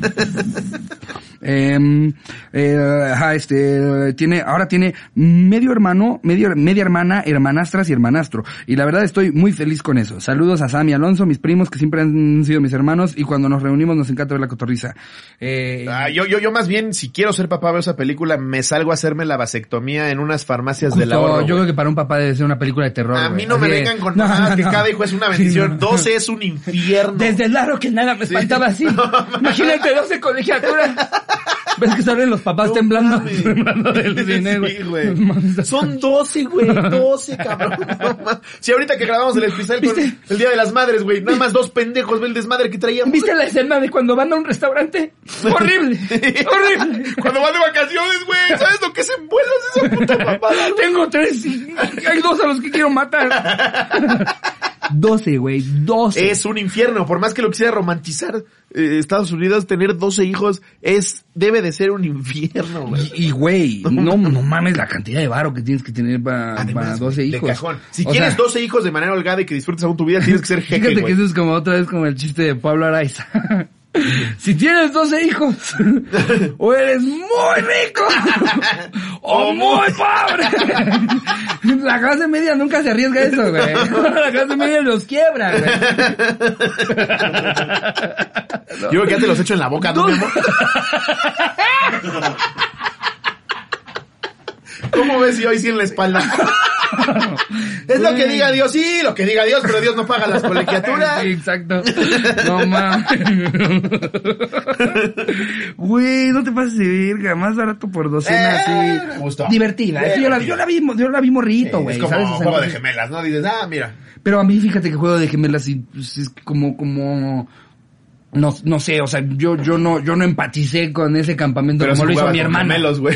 Eh, eh, ajá, este, tiene, ahora tiene medio hermano, medio, media hermana, hermanastras y hermanastro. Y la verdad estoy muy feliz con eso. Saludos a Sam y Alonso, mis primos que siempre han sido mis hermanos y cuando nos reunimos nos encanta ver la cotorriza. Eh, Ah, yo, yo, yo más bien, si quiero ser papá, veo esa película, me salgo a hacerme la vasectomía en unas farmacias del justo, ahorro. yo güey. creo que para un papá debe ser una película de terror. A güey. mí no me Así de- vengan con No, mamadas no, que no. cada hijo es una Sí, bendición. no. doce es un infierno. Desde el aro que nada me espantaba así. Imagínate doce colegiaturas. ¿Ves que salen los papás No temblando? mames. Temblando del cine, güey. Sí, güey. Son doce, güey. doce, cabrón. No mames. Si ahorita que grabamos el especial con ¿Viste? el Día de las Madres, güey, nada más dos pendejos ve el desmadre que traíamos. ¿Viste la escena de cuando van a un restaurante? Horrible. Horrible. Cuando van de vacaciones, güey. ¿Sabes lo que se envuelve esa puta mamada? Tengo tres y hay dos a los que quiero matar. Doce, güey. Doce. Es un infierno. Por más que lo quisiera romantizar, eh, Estados Unidos, tener doce hijos es, debe de ser un infierno, güey. Y, y, güey, no, no mames la cantidad de varo que tienes que tener para, Además, para doce güey, hijos. de cajón. Si O quieres sea, doce hijos de manera holgada y que disfrutes aún tu vida, tienes que ser jeque, fíjate que güey. eso es como otra vez como el chiste de Pablo Araiza. Si tienes doce hijos, o eres muy rico, o muy pobre. La clase media nunca se arriesga a eso, güey. La clase media los quiebra, güey. Yo creo que ya te los echo en la boca, ¿no, mi amor? ¿Cómo ves si hoy sí en la espalda? Es lo que diga Dios, sí, lo que diga Dios, pero Dios no paga las colegiaturas. Sí, exacto. No mames. Güey, no te pases de verga. Más barato por docena, Eh, así. me gustó. Divertida. Es que yo la, yo la vi, yo la vi morrito, güey. Es como ¿sabes? O un sea, juego de entonces- gemelas, ¿no? Dices, ah, mira. Pero a mí, fíjate que Juego de Gemelas sí, pues, es como, como, no, no sé, o sea, yo, yo no, yo no empaticé con ese campamento Pero como sí lo hizo jugaba mi con hermana. gemelos, güey.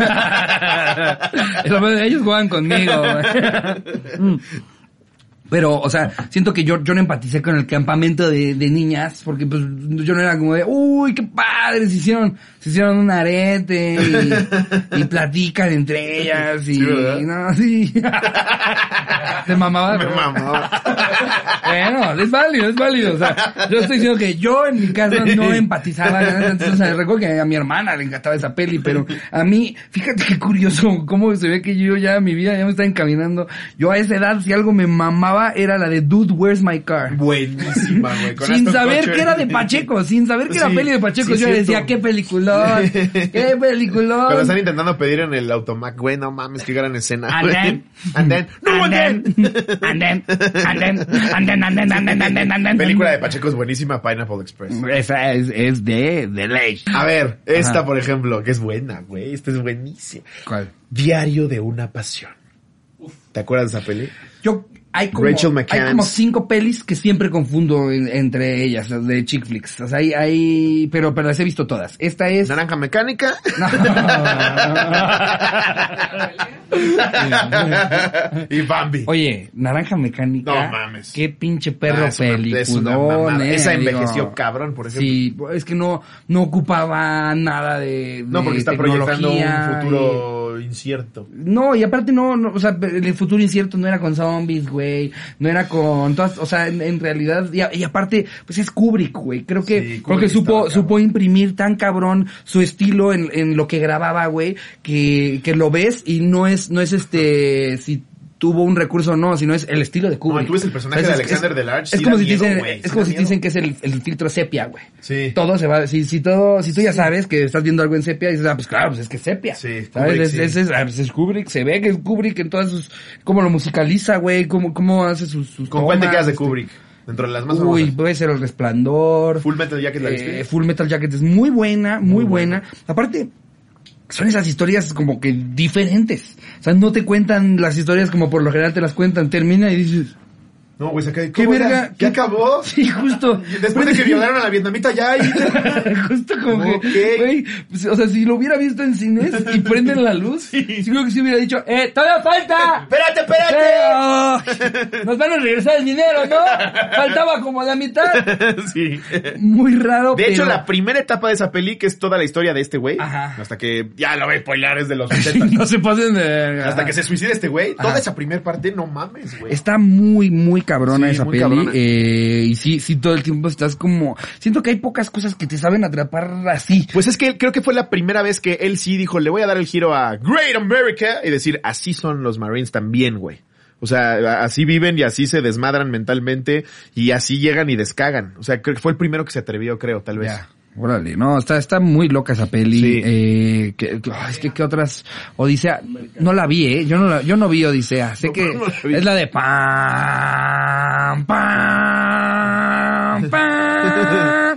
Ellos juegan conmigo, güey. Pero, o sea, siento que yo, yo no empaticé con el campamento de, de niñas, porque pues yo no era como de, uy, qué padre, se hicieron, se hicieron un arete y, y platican entre ellas y, Sí, ¿verdad? y no, sí. Te mamaba. Me mamó. Bueno, es válido, es válido. O sea, yo estoy diciendo que yo en mi casa no empatizaba. Entonces, o sea, recuerdo que a mi hermana le encantaba esa peli, pero a mí, fíjate qué curioso, cómo se ve que yo ya, mi vida ya me está encaminando. Yo a esa edad, si algo me mamaba, era la de Dude, Where's My Car? Buenísima, güey. Con Sin Aston saber Kutcher. que era de Pacheco, sin saber que era Sí, peli de Pacheco, sí, yo cierto. decía, qué peliculón, qué peliculón. Cuando están intentando pedir en el automac, güey, no mames, qué gran escena. And güey. then, And then, no, and and then, then. and then, and then, and then, and then, and then, and then, and then. Película de Pacheco es buenísima, Pineapple Express. Esa es, es de, de ley. A ver, esta, Ajá. por ejemplo, que es buena, güey. Esta es buenísima. ¿Cuál? Diario de una pasión. ¿Te acuerdas de esa peli? Yo, hay como, Rachel hay McAdams. como cinco pelis que siempre confundo en- entre ellas, las de chick flicks. O sea, hay, hay, pero, pero las he visto todas. Esta es... Naranja Mecánica. y Bambi. Oye, Naranja Mecánica. No mames. Qué pinche perro Ah, es una- es una peliculón, mamada. eh, Esa digo. envejeció cabrón, por ejemplo. Sí, es que no, no ocupaba nada de, No, de porque está proyectando un tecnología futuro incierto. y- No, y aparte no, no, o sea, el futuro incierto no era con zombies, güey, no era con todas, o sea, en, en realidad, y, a- y aparte, pues es Kubrick, güey, creo que, Sí, creo Kubrick que supo, estaba cabrón. supo imprimir tan cabrón su estilo en, en lo que grababa, güey, que, que lo ves y no es, no es este, si tuvo un recurso o no, sino es el estilo de Kubrick. No, tú ves el personaje O sea, de es- Alexander es- Delarge, Es sí como da si te miedo, dicen, güey, es sí como da si te miedo. dicen que es el, el filtro sepia, güey. Sí. Todo se va, si, si todo, si tú ya sabes que estás viendo algo en sepia, dices, ah, pues claro, pues es que es sepia. Sí, ¿sabes? Kubrick, es, sí. es, es, ah, pues es Kubrick, se ve que es Kubrick en todas sus, cómo lo musicaliza, güey, cómo, cómo hace sus, sus ¿Con cuál te tomas, quedas de este, Kubrick? Dentro de las más Uy, famosas. puede ser El Resplandor. Full Metal Jacket, ¿la viste? Eh, Full Metal Jacket es muy buena, muy, Muy buena. buena. Aparte, son esas historias como que diferentes. O sea, no te cuentan las historias como por lo general te las cuentan. Termina y dices, No, güey, se cae. ¿qué ¿Cómo ya? verga? ¿Qué acabó? sí, justo. Después de que violaron a la vietnamita ya ahí. Justo como Ok. que, güey, pues, o sea, si lo hubiera visto en cines y prenden la luz, sí, creo que sí hubiera dicho, ¡eh, todavía falta! ¡Espérate, espérate! ¡Eh, oh! Nos van a regresar el dinero, ¿no? Faltaba como la mitad. Sí. Muy raro, De hecho, pero- la primera etapa de esa peli, que es toda la historia de este güey, Ajá. hasta que, ya lo voy a spoiler, es de los ochenta. no se pasen de... Hasta que se suicida este güey, toda Ajá. esa primera parte, no mames, güey. Está muy, muy cabrona Sí, esa muy peli. cabrona. Eh, y sí, sí, todo el tiempo estás como... Siento que hay pocas cosas que te saben atrapar así. Pues es que creo que fue la primera vez que él sí dijo, le voy a dar el giro a Great America y decir, así son los Marines también, güey. O sea, así viven y así se desmadran mentalmente y así llegan y descagan. O sea, creo que fue el primero que se atrevió, creo, tal vez. Ya. Órale, no, está, está muy loca esa peli. Sí. Eh, que, que- ay, es que qué otras, Odisea, no la vi, eh, yo no la, yo no vi Odisea, sé No, que no la vi. es la de pam, pam, pam,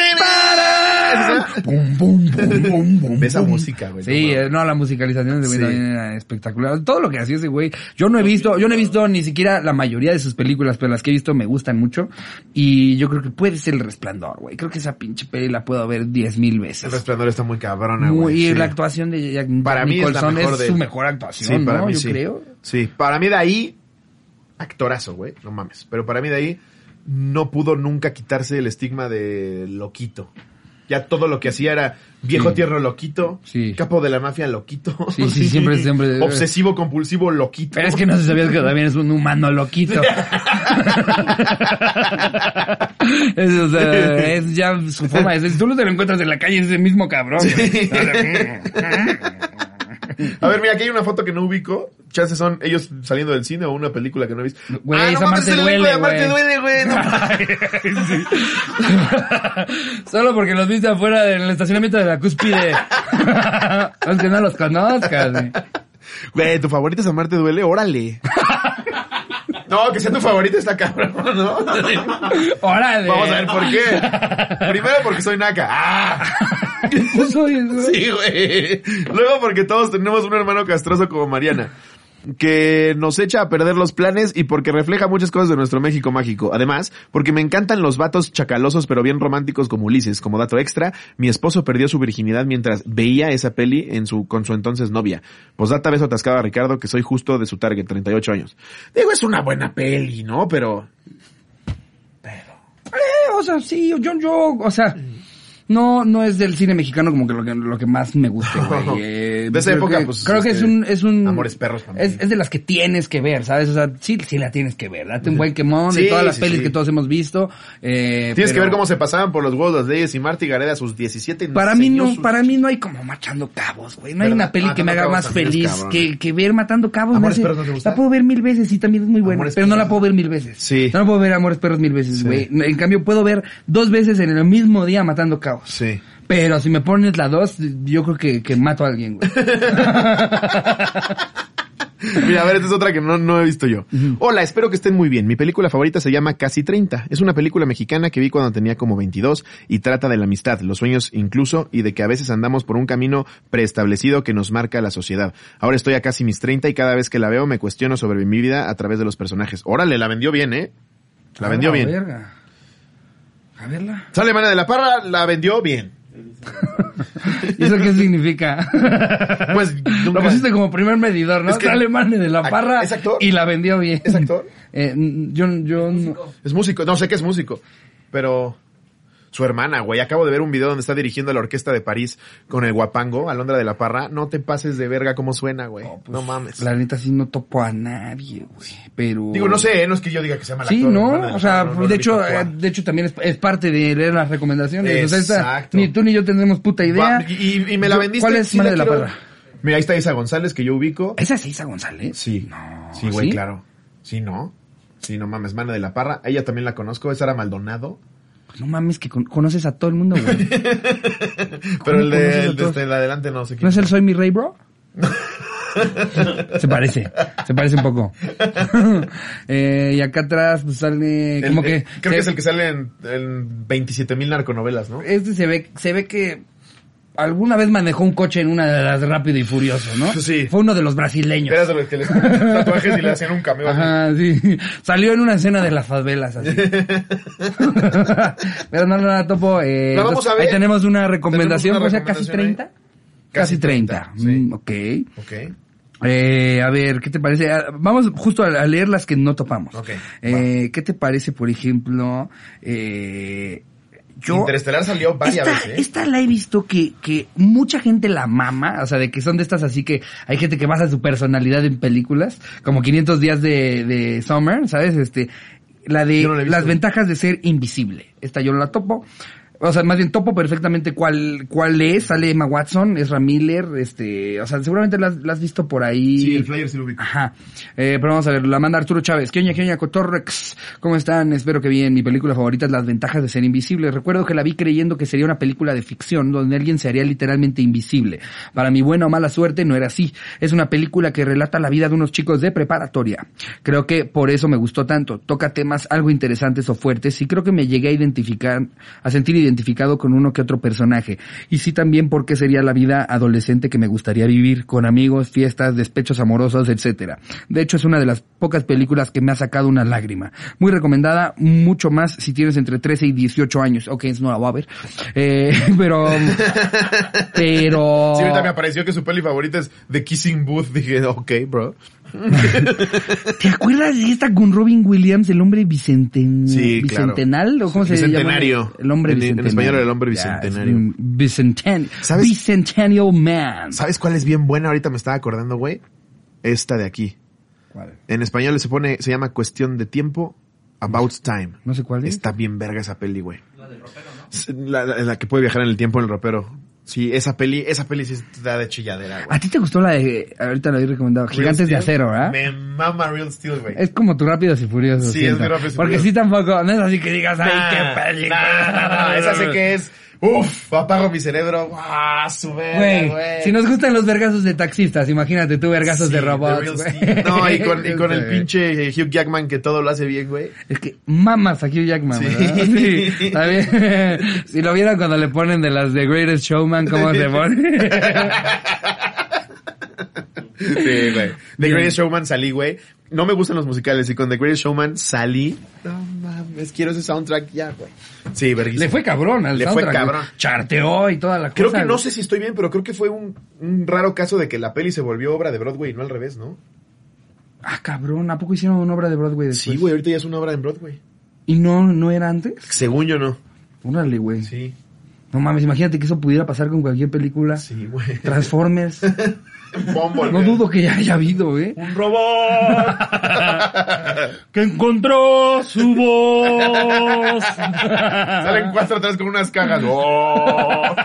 ¿Esa? pum, pum, pum, pum, pum, Ve esa pum. música, güey. Sí, no eh, mames. no, la musicalización de ese güey Sí. también era espectacular. Todo lo que hacía ese güey. Yo no he visto, yo no he visto ni siquiera la mayoría de sus películas, pero las que he visto me gustan mucho. Y yo creo que puede ser El Resplandor, güey. Creo que esa pinche peli la puedo ver diez mil veces. El Resplandor está muy cabrona, Muy- güey. y sí. la actuación de Jack Para mí es la Nicholson mejor es de- su mejor actuación, Sí, para ¿no? mí Yo sí. creo. Sí, para mí de ahí, actorazo, güey, no mames. Pero para mí de ahí, no pudo nunca quitarse el estigma de loquito. Ya todo lo que hacía era viejo Sí. tierno loquito, Sí. capo de la mafia loquito. Sí, sí, siempre, siempre. Obsesivo compulsivo loquito. Pero es que no se sabía que también es un humano loquito. es, o sea, es ya su forma de ser. Si tú no te lo encuentras en la calle, es el mismo cabrón. güey. A ver, mira, aquí hay una foto que no ubico. Chances son ellos saliendo del cine o una película que no he visto. Güey, ah, esa no mames, Marte es el elenco duele, de Marte güey. duele, güey. No. Solo porque los viste afuera del estacionamiento de la cúspide. No es que no los conozcas, güey. Güey, ¿tu favorito es Amarte Duele? Órale. No, que sea tu favorito está cabrón, ¿no? Órale. Vamos a ver por qué. Primero porque soy naca. ¡Ah! Soy eso. Sí, güey. Luego porque todos tenemos un hermano castroso como Mariana, que nos echa a perder los planes y porque refleja muchas cosas de nuestro México mágico. Además, porque me encantan los vatos chacalosos pero bien románticos como Ulises. Como dato extra, mi esposo perdió su virginidad mientras veía esa peli en su, con su entonces novia. Posdata, beso atascado a Ricardo, que soy justo de su target, treinta y ocho años. Digo, es una buena peli, ¿no? Pero... Eh, o sea, sí, yo, yo, o sea, no, no es del cine mexicano como que lo que, lo que más me guste, güey. Eh, De esa creo época, que- pues, creo que es este, un, es un... Amores Perros también. Es, es de las que tienes que ver, ¿sabes? O sea, sí, sí la tienes que ver. Date un buen quemón de Sí, todas las sí, pelis sí. que todos hemos visto. Eh, Tienes que pero ver cómo se pasaban por los huevos las leyes y Marta y Gareda a sus diecisiete. Para mí no, enseñó sus- para mí no hay como Machando Cabos, güey. No hay ¿Verdad? una peli que me Matando haga Cabos más también es feliz cabrón. que, que ver Matando Cabos. me ¿Amores hace- Perros no te gusta? La puedo ver mil veces y también es muy buena. Amores Pero no Perros. la puedo ver mil veces. Sí. No la puedo ver Amores Perros mil veces, Sí. güey. En cambio, puedo ver dos veces en el mismo día Matando Cabos. Sí. Pero si me pones la dos, yo creo que, que mato a alguien, güey. Mira, a ver, esta es otra que no, no he visto yo. Uh-huh. Hola, espero que estén muy bien. Mi película favorita se llama Casi treinta. Es una película mexicana que vi cuando tenía como veintidós y trata de la amistad, los sueños incluso, y de que a veces andamos por un camino preestablecido que nos marca la sociedad. Ahora estoy a casi mis treinta y cada vez que la veo me cuestiono sobre mi vida a través de los personajes. Órale, la vendió bien, ¿eh? La vendió bien. Verga. A verla. Sale Mana de la Parra, la vendió bien. ¿Y eso qué significa? Pues nunca... Lo pusiste como primer medidor, ¿no? Es que... Sale Mane de la Parra y la vendió bien. ¿Es actor? Eh, yo, yo... ¿Es músico? Es músico, no sé qué es músico, pero... Su hermana, güey. Acabo de ver un video donde está dirigiendo la Orquesta de París con el guapango, Alondra de la Parra. No te pases de verga cómo suena, güey. No, pues, no mames. La neta sí no topo a nadie, güey. Pero... Digo, no sé, no es que yo diga que se llama el sí, actor. Sí, no, de o sea, no, no, de hecho, eh, de hecho también es, es parte de leer las recomendaciones. Exacto. O sea, esta, ni tú ni yo tendremos puta idea. Va, y, y me la vendiste. ¿Cuál es sí Mane de la quiero... Parra? Mira, ahí está Isa González, que yo ubico. ¿Esa es Isa González? Sí. No. Sí, güey, ¿sí? Claro. Sí, ¿no? Sí, no mames, Mane de la Parra. Ella también la conozco, es Sara Maldonado. No mames, que con- conoces a todo el mundo, güey. Pero el de, el de, este, el de adelante no sé quién. ¿No es el Soy mi Rey, bro? Se parece, se parece un poco. eh, y acá atrás pues, sale el, como el, que... Creo se, que es el que sale en, en veintisiete mil narconovelas, ¿no? Este se ve, se ve que alguna vez manejó un coche en una de las Rápido y Furioso, ¿no? Sí. Fue uno de los brasileños. Eras de los que les tatuajes y le hacían un cameo. Ajá, así. Sí. Salió en una escena de las favelas, así. Pero no, no la topo. Eh, la vamos a ver. Ahí tenemos una recomendación, una o sea, casi treinta. Ahí. Casi treinta. Sí. Mm, ok. Ok. Eh, a ver, ¿qué te parece? Vamos justo a, a leer las que no topamos. Okay, eh, ¿Qué te parece, por ejemplo? Eh, yo, Interestelar salió varias esta, veces. ¿eh? Esta la he visto que, que mucha gente la mama, o sea, de que son de estas así que hay gente que basa su personalidad en películas, como quinientos días de, de Summer, ¿sabes? Este, la de no la las ventajas de ser invisible. Esta yo no la topo. O sea, más bien topo perfectamente cuál cuál es. Sale Emma Watson, Ezra Miller, este, o sea, seguramente la, la has visto por ahí. Sí, el flyer sí lo ubico. Ajá. Eh, pero vamos a ver, la manda Arturo Chávez. ¿Qué oña, qué oña, Cotorrex? ¿Cómo están? Espero que bien. Mi película favorita es Las ventajas de ser invisible. Recuerdo que la vi creyendo que sería una película de ficción donde alguien se haría literalmente invisible. Para mi buena o mala suerte no era así. Es una película que relata la vida de unos chicos de preparatoria. Creo que por eso me gustó tanto. Toca temas algo interesantes o fuertes y creo que me llegué a identificar, a sentir identificado con uno que otro personaje. Y sí también porque sería la vida adolescente que me gustaría vivir, con amigos, fiestas, despechos amorosos, etcétera. De hecho, es una de las pocas películas que me ha sacado una lágrima. Muy recomendada, mucho más si tienes entre trece y dieciocho años. Ok, no la voy a ver. Eh, pero... pero... Sí, ahorita me apareció que su peli favorita es The Kissing Booth. Dije, ok, bro. ¿Te acuerdas de esta con Robin Williams, el hombre bicenten... sí, bicentenal? Claro. ¿O cómo se bicentenario. llama? El hombre en, bicentenario. En español el hombre bicentenario. Yeah, bicenten... ¿Sabes? Bicentennial Man. ¿Sabes cuál es bien buena? Ahorita me estaba acordando, güey. Esta de aquí. ¿Cuál? En español se pone, se llama Cuestión de Tiempo, About Time. No sé cuál es. Está bien verga esa peli, güey. La del ropero, ¿no? La, la, la que puede viajar en el tiempo en el ropero. Sí, esa peli, esa peli sí está de chilladera, güey. ¿A ti te gustó la de, ahorita la había recomendado, Gigantes de Acero, ¿verdad? Me mama Real Steel, güey. Es como tu Rápidos y Furiosos. Sí, es muy Rápidos y Porque Furiosos. sí tampoco, no es así que digas, ay, Nah, qué película. nah, nah, nah, esa sé que es, uf, apago mi cerebro, ¡guau, su verga, Güey, güey! si nos gustan los vergazos de taxistas, imagínate tú vergazos Sí, de The robots, Real güey. Steel. No, y con, y con el Sí. pinche Hugh Jackman que todo lo hace bien, güey. Es que mamas a Hugh Jackman, Sí. ¿verdad? Sí, está bien. Si lo vieron cuando le ponen de las The Greatest Showman, ¿cómo se pone? Sí, güey. The Greatest Showman salí, güey. No me gustan los musicales y con The Greatest Showman salí. No mames, quiero ese soundtrack ya, güey. Sí, verguísimo. Le fue cabrón al Le fue soundtrack, cabrón. güey. Charteó y toda la Creo cosa. que no güey. sé si estoy bien, pero creo que fue un, un raro caso de que la peli se volvió obra de Broadway y no al revés, ¿no? Ah, cabrón, ¿a poco hicieron una obra de Broadway después? Sí, güey, ahorita ya es una obra en Broadway. ¿Y no, no era antes? Según yo no. Órale, güey. Sí. No mames, imagínate que eso pudiera pasar con cualquier película. Sí, güey. Transformers. Bumblebee. No dudo que ya haya habido, ¿eh? Un robot. Que encontró su voz. Salen cuatro atrás con unas cajas. Oh.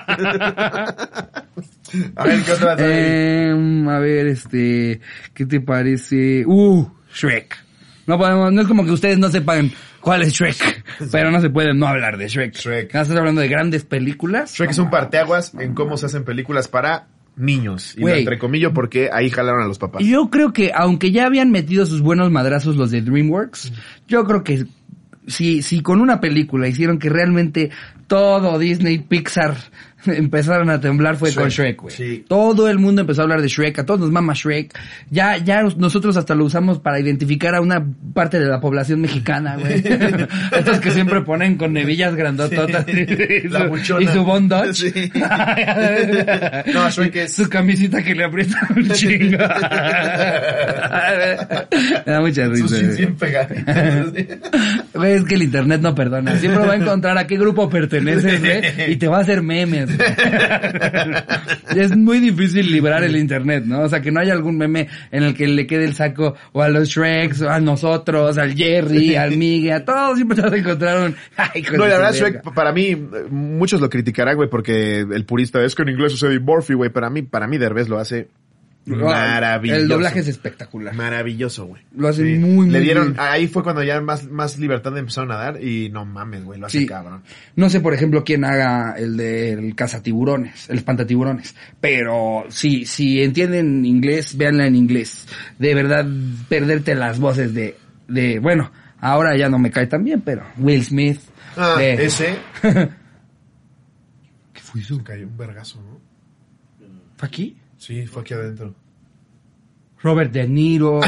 A ver, ¿qué otra sale? Eh, a ver, este, ¿qué te parece? Uh, Shrek. No podemos, no es como que ustedes no sepan cuál es Shrek, pero no se puede no hablar de Shrek. Shrek. ¿No estás hablando de grandes películas? Shrek es un parteaguas en cómo se hacen películas para niños. Y lo Güey. entrecomillo porque ahí jalaron a los papás. Yo creo que, aunque ya habían metido sus buenos madrazos los de DreamWorks, yo creo que si, si con una película hicieron que realmente todo Disney, Pixar empezaron a temblar fue Shrek, con Shrek, güey. sí. Todo el mundo empezó a hablar de Shrek, a todos nos mama Shrek. Ya, ya nosotros hasta lo usamos para identificar a una parte de la población mexicana, güey. Estos que siempre ponen con nevillas grandototas Sí. y, La su, buchona. y su bondage. Sí. No, Shrek es- Su camisita que le aprieta un chingo. Me da mucha risa. Sus jeans güey. bien pegaditos. Güey, es que el internet no perdona. Siempre va a encontrar a qué grupo perteneces, güey, y te va a hacer memes, güey. Es muy difícil librar el internet, ¿no? O sea, que no haya algún meme en el que le quede el saco o a los Shreks, o a nosotros, al Jerry, al Migue, a todos siempre te vas a encontrar un... Ay, hijo No, de la su verdad, verga. Shrek, para mí, eh, muchos lo criticarán, güey, porque el purista es que en inglés es Eddie Murphy, güey. Para mí, para mí, Derbez lo hace maravilloso. El doblaje es espectacular. Maravilloso, güey. Lo hace muy, muy Le dieron, bien. ahí fue cuando ya más, más libertad empezaron a dar y no mames, güey, lo hace Sí. cabrón. No sé, por ejemplo, quién haga el del cazatiburones, el espantatiburones, pero si, si entienden inglés, véanla en inglés. De verdad, perderte las voces de, de, bueno, ahora ya no me cae tan bien, pero Will Smith. Ah, de- ese. ¿Qué fue eso? Se cayó un vergazo, ¿no? ¿Fue aquí? Sí, fue aquí adentro. Robert De Niro.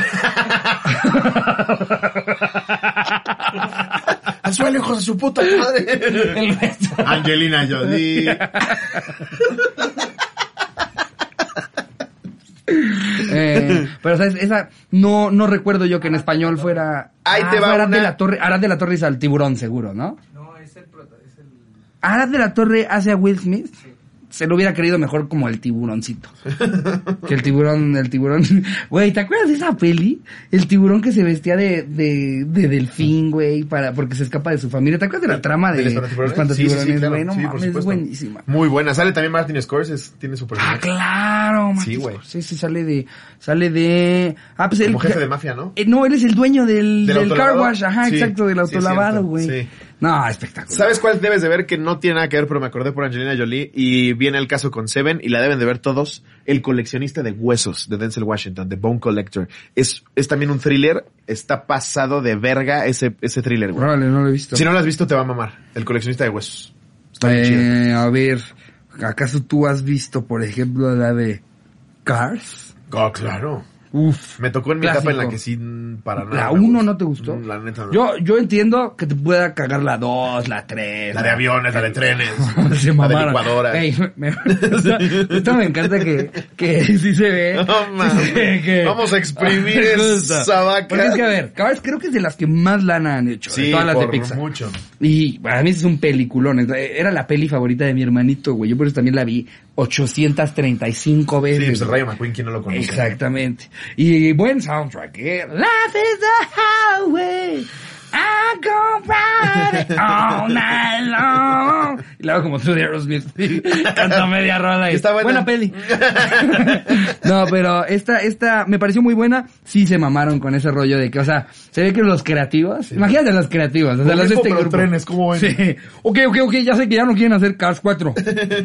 ¡Al suelo, hijos de su puta madre! El resto. Angelina Jolie. Eh, pero sabes, esa no no recuerdo yo que en español fuera. Ahí te va fue Arad una- de la Torre, Arad de la Torre hizo al tiburón seguro, ¿no? No, es el prota, es el... Arad de la Torre hace a Will Smith. Se lo hubiera querido mejor como el tiburoncito. Que el tiburón, el tiburón. Güey, ¿te acuerdas de esa peli? El tiburón que se vestía de, de, de delfín, güey, para, porque se escapa de su familia. ¿Te acuerdas de la trama de ¿Del los espantatiburones? espantatiburones, Sí, sí, sí, güey? claro. No Sí, por mames, es supuesto. buenísima. Muy buena. Sale también Martin Scorsese, tiene su Ah, personaje. claro, Sí, Martin güey. Sí, sí, sale de, sale de, ah, pues él. Como jefe de mafia, ¿no? Eh, no, él es el dueño del, ¿Del del car autolavado? wash, ajá, Sí, exacto, del sí, es autolavado, cierto, güey. sí. No, espectacular. ¿Sabes cuál debes de ver que no tiene nada que ver, pero me acordé por Angelina Jolie? Y viene el caso con Seven y la deben de ver todos. El coleccionista de huesos de Denzel Washington, The Bone Collector. Es, es también un thriller. Está pasado de verga ese, ese thriller, güey. Órale, no lo he visto. Si no lo has visto, te va a mamar. El coleccionista de huesos. Está bien chido. Eh, a ver, ¿acaso tú has visto, por ejemplo, la de Cars? Oh, claro. Uf. Me tocó en mi Clásico. etapa en la que sí, mm, para nada. ¿La me uno gusta. no te gustó? Mm, La neta no. Yo, yo entiendo que te pueda cagar la dos, la tres. La de aviones, la de trenes. Se la de mamaron. licuadoras. Ey, me, o sea, esto me encanta que, que sí se ve. No, sí mames. se ve que- Vamos a exprimir Justo. esa vaca. Porque es que, a ver, Cars creo que es de las que más lana han hecho. Sí, de todas las de por Pixar. mucho. Y para mí es un peliculón. Era la peli favorita de mi hermanito, güey. Yo por eso también la vi ochocientas treinta y cinco Sí, veces. pues el güey. Rayo McQueen, ¿quién no lo conoce? Exactamente. Y buen soundtrack, ¿eh? Life is a highway. I go ride it all night long. Y luego como tú de Aerosmith. Canta media rola y Está buena. peli. No, pero esta, esta me pareció muy buena. Sí se mamaron con ese rollo de que, o sea, se ve que los creativos, imagínate los creativos, o sea, Lo los de mismo, este pero grupo. trenes, ¿cómo ven? Sí. Ok, ok, ok, ya sé que ya no quieren hacer Cars cuatro.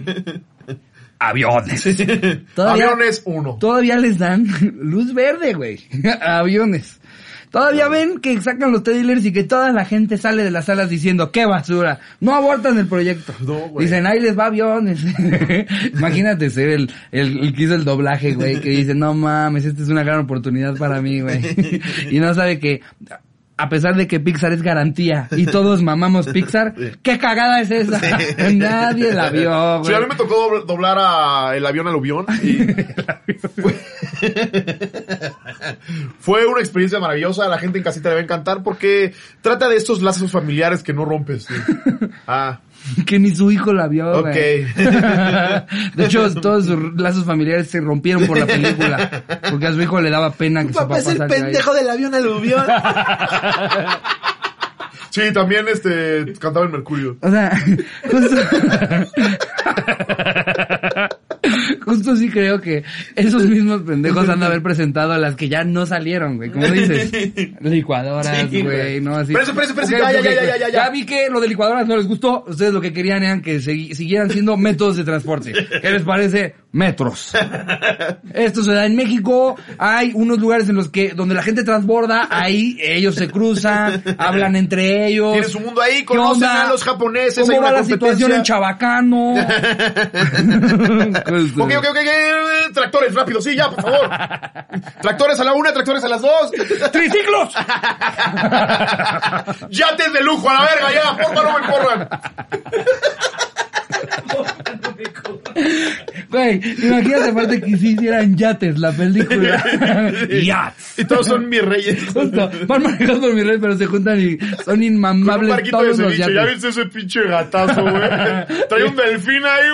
Aviones. Todavía- Aviones uno. Todavía les dan luz verde, güey. A aviones. Todavía ven que sacan los trailers y que toda la gente sale de las salas diciendo, ¡qué basura! No abortan el proyecto. No, güey. Dicen, ahí les va aviones. Imagínate ser el, el, el que hizo el doblaje, güey, que dice, no mames, esta es una gran oportunidad para mí, güey. Y no sabe que, a pesar de que Pixar es garantía y todos mamamos Pixar, ¿qué cagada es esa? Nadie la vio, Sí, güey. a mí me tocó dobl- doblar a el avión aluvión y fue... fue una experiencia maravillosa. A la gente en casita le va a encantar porque trata de estos lazos familiares que no rompes. Sí. Ah, Que ni su hijo la vio, ok. güey. De hecho, todos sus lazos familiares se rompieron por la película. Porque a su hijo le daba pena que su papá saliera ahí. del avión aluvión. Sí, también este cantaba el Mercurio. O sea, justo... Justo sí creo que esos mismos pendejos han de haber presentado a las que ya no salieron, güey. Como dices, licuadoras, Sí, güey, güey. ¿no? Así. Espérense, espérense, espérense, Ok, ya, ok, ya, ya, ok. ya, ya, ya. Ya vi que lo de licuadoras no les gustó. Ustedes lo que querían eran que segui- siguieran siendo métodos de transporte. ¿Qué les parece? metros. Esto se da en México. Hay unos lugares en los que, donde la gente transborda, ahí ellos se cruzan, hablan entre ellos. Tienen su mundo ahí, ¿Qué conocen onda? a los japoneses. ¿Cómo hay una va la competencia. situación en Chabacano? Ok, ok, ok, ok, tractores, rápido, sí, ya, por favor. Tractores a la una, tractores a las dos. ¡Triciclos! Yates de lujo, a la verga, ya, porfa, no me corran. Güey, imagínate aparte que sí hicieran yates la película. Yachts. Y todos son mis reyes. Justo, van manejados por mi rey, pero se juntan y son Con un inmamables barquito de todos los ceviche. ¿Ya yates. viste ese pinche gatazo, güey? Trae un delfín ahí,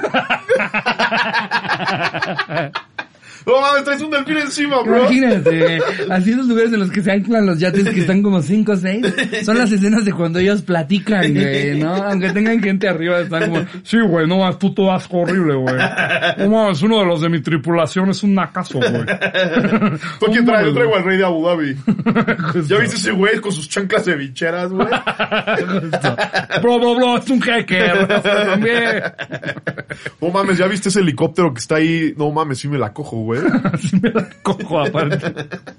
güey. No mames, traes un delfín encima, bro. Imagínate, así los lugares en los que se anclan los yates que están como cinco o seis, son las escenas de cuando ellos platican, güey, ¿no? Aunque tengan gente arriba, están como, sí, güey, no más, puto asco horrible, güey. No mames, uno de los de mi tripulación es un nacazo, güey. ¿Tú quién traes? Yo traigo al rey de Abu Dhabi. ¿Ya viste ese güey con sus chanclas de bicheras, güey? Bro, bro, bro, es un hacker, también. No mames, ¿ya viste ese helicóptero que está ahí? No mames, sí me la cojo, güey. Así me la cojo aparte.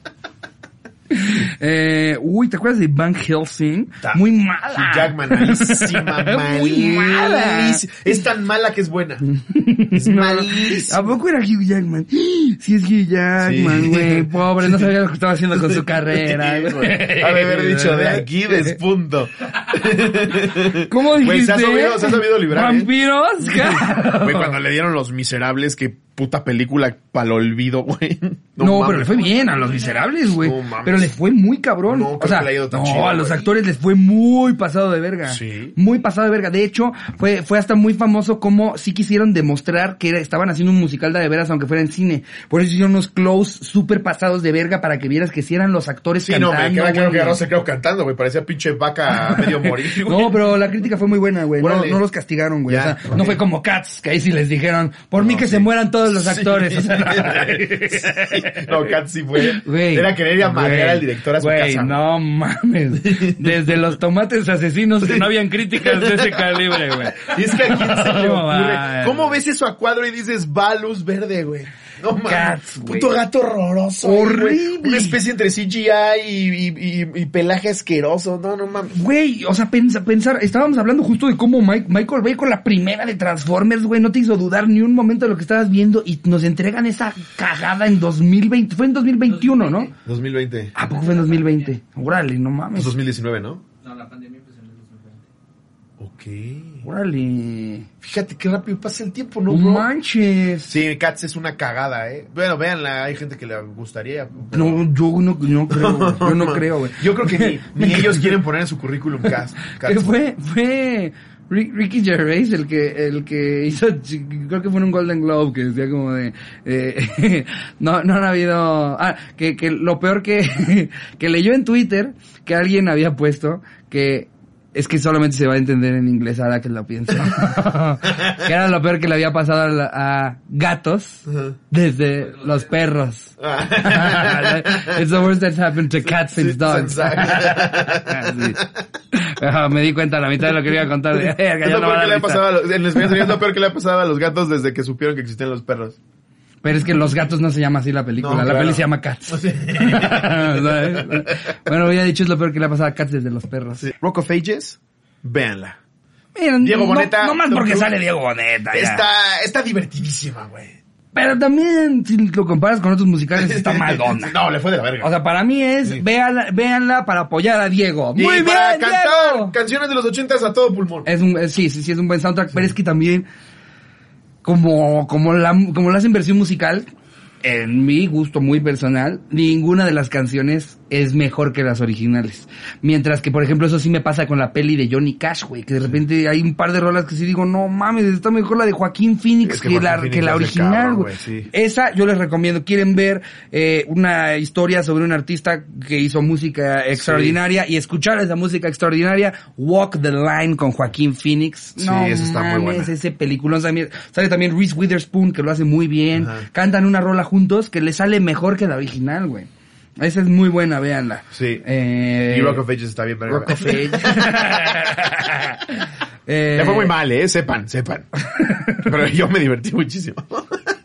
Eh, uy, ¿te acuerdas de Van Helsing? Ta- Muy mala. Hugh Jackman, malísima, Muy mala. malísima. Es tan mala que es buena. Es malísima. ¿A poco era Hugh Jackman? Sí, es Hugh Jackman, Sí. güey. Pobre, no sabía lo que estaba haciendo con su carrera, Sí, güey. güey. Ha de haber dicho, de aquí despunto. ¿Cómo dijiste? Güey, se ha sabido, se ha sabido librar, ¿eh? ¿Vampiros? Güey, cuando le dieron Los Miserables, qué puta película para el olvido, güey. No, mames. pero le fue bien a Los Miserables, güey. No mames. Pero le fue muy cabrón. No, o creo sea, que le ha ido tan no, chido, a los güey. actores les fue muy pasado de verga. Sí. Muy pasado de verga. De hecho, fue, fue hasta muy famoso como sí quisieron demostrar que era- estaban haciendo un musical de, de veras, aunque fuera en cine. Por eso hicieron unos close súper pasados de verga para que vieras que sí eran los actores Sí, no, cantando. me queda claro que güey. no se quedó cantando, güey. Parecía pinche vaca a medio morir, güey. No, pero la crítica fue muy buena, güey. No, Órale. no los castigaron, güey. Ya, O sea, ok. no fue como Cats, que ahí sí les dijeron, por mí No, que sí. se mueran todos los actores. Sí. O sea, Sí. No, Kat sí fue. güey, Era querer ir a madrear güey, al director a su güey, casa. no mames. Desde los tomates asesinos que no habían críticas de ese calibre, güey. Y es que a quién se le No, ocurre. man. ¿Cómo ves eso a cuadro y dices, va luz verde, güey? No mames. Cats, güey. Puto gato horroroso. Horrible. Güey. Una especie entre C G I y, y, y, y pelaje asqueroso. No, no mames. Güey, o sea, pensa, pensar, estábamos hablando justo de cómo Mike, Michael Bay con la primera de Transformers, güey, no te hizo dudar ni un momento de lo que estabas viendo y nos entregan esa cagada en dos mil veinte, fue en dos mil veintiuno, ¿no? dos mil veinte. ¿A poco fue en dos mil veinte? Órale, no mames. dos mil diecinueve, ¿no? No, la pandemia empezó en el dos mil veinte. Ok. Órale. Fíjate qué rápido pasa el tiempo, ¿no, No bro? manches. Sí, Cats es una cagada, ¿eh? Bueno, véanla, hay gente que le gustaría. pero- No, yo no, no creo, güey. Yo no creo, güey. Yo creo que ni, ni ellos quieren poner en su currículum Cats. Cats. Que fue, fue Rick- Ricky Gervais el que, el que hizo, creo que fue en un Golden Globe que decía como de, eh, no, no han habido, ah, que, que lo peor que, que leyó en Twitter, que alguien había puesto, que es que solamente se va a entender en inglés ahora que lo pienso. Que era lo peor que le había pasado a, la- a gatos desde los perros. It's the worst that's happened to cats since dogs. Sí. Ah, me di cuenta a la mitad de lo que iba a contar. De, verga, Es ya lo no peor va a que le ha dar pasado a risa. los, en español sería lo peor que le ha pasado a los gatos desde que supieron que existían los perros. Pero es que Los Gatos no se llama así la película. No, la claro. peli se llama Cats. ¿Sabes? Bueno, había dicho es lo peor que le ha pasado a Cats desde los perros. Sí. Rock of Ages, véanla. Miren, Diego no- Boneta, No, más Tom porque Cruise. sale Diego Boneta. ya. Está, está divertidísima, güey. Pero también, si lo comparas con otros musicales, está malona. No, le fue de la verga. O sea, para mí es, Sí. véanla, véanla para apoyar a Diego. y Muy para bien, cantar Diego. canciones de los ochentas a todo pulmón. Es un, es- sí, sí, sí, es un buen soundtrack, pero es que también, como, como la, como la hacen versión musical, en mi gusto muy personal, ninguna de las canciones es mejor que las originales. Mientras que, por ejemplo, eso sí me pasa con la peli de Johnny Cash, güey, que de repente hay un par de rolas que sí digo, no mames, está mejor la de Joaquín Phoenix Es que, que Joaquín la, Phoenix que la hace original, cabrón, güey. güey, sí. Esa yo les recomiendo. Quieren ver eh, una historia sobre un artista que hizo música extraordinaria y escuchar esa música extraordinaria, Walk the Line con Joaquín Phoenix. Sí, No esa está muy mames, buena. ese peliculón. Sale, sale también Reese Witherspoon, que lo hace muy bien. Ajá. Cantan una rola juntos que le sale mejor que la original, güey. Esa es muy buena, véanla. Sí. Eh, Y Rock of Ages está bien, verga. Rock of Ages. Eh, Le fue muy mal, eh, sepan, sepan. Pero yo me divertí muchísimo.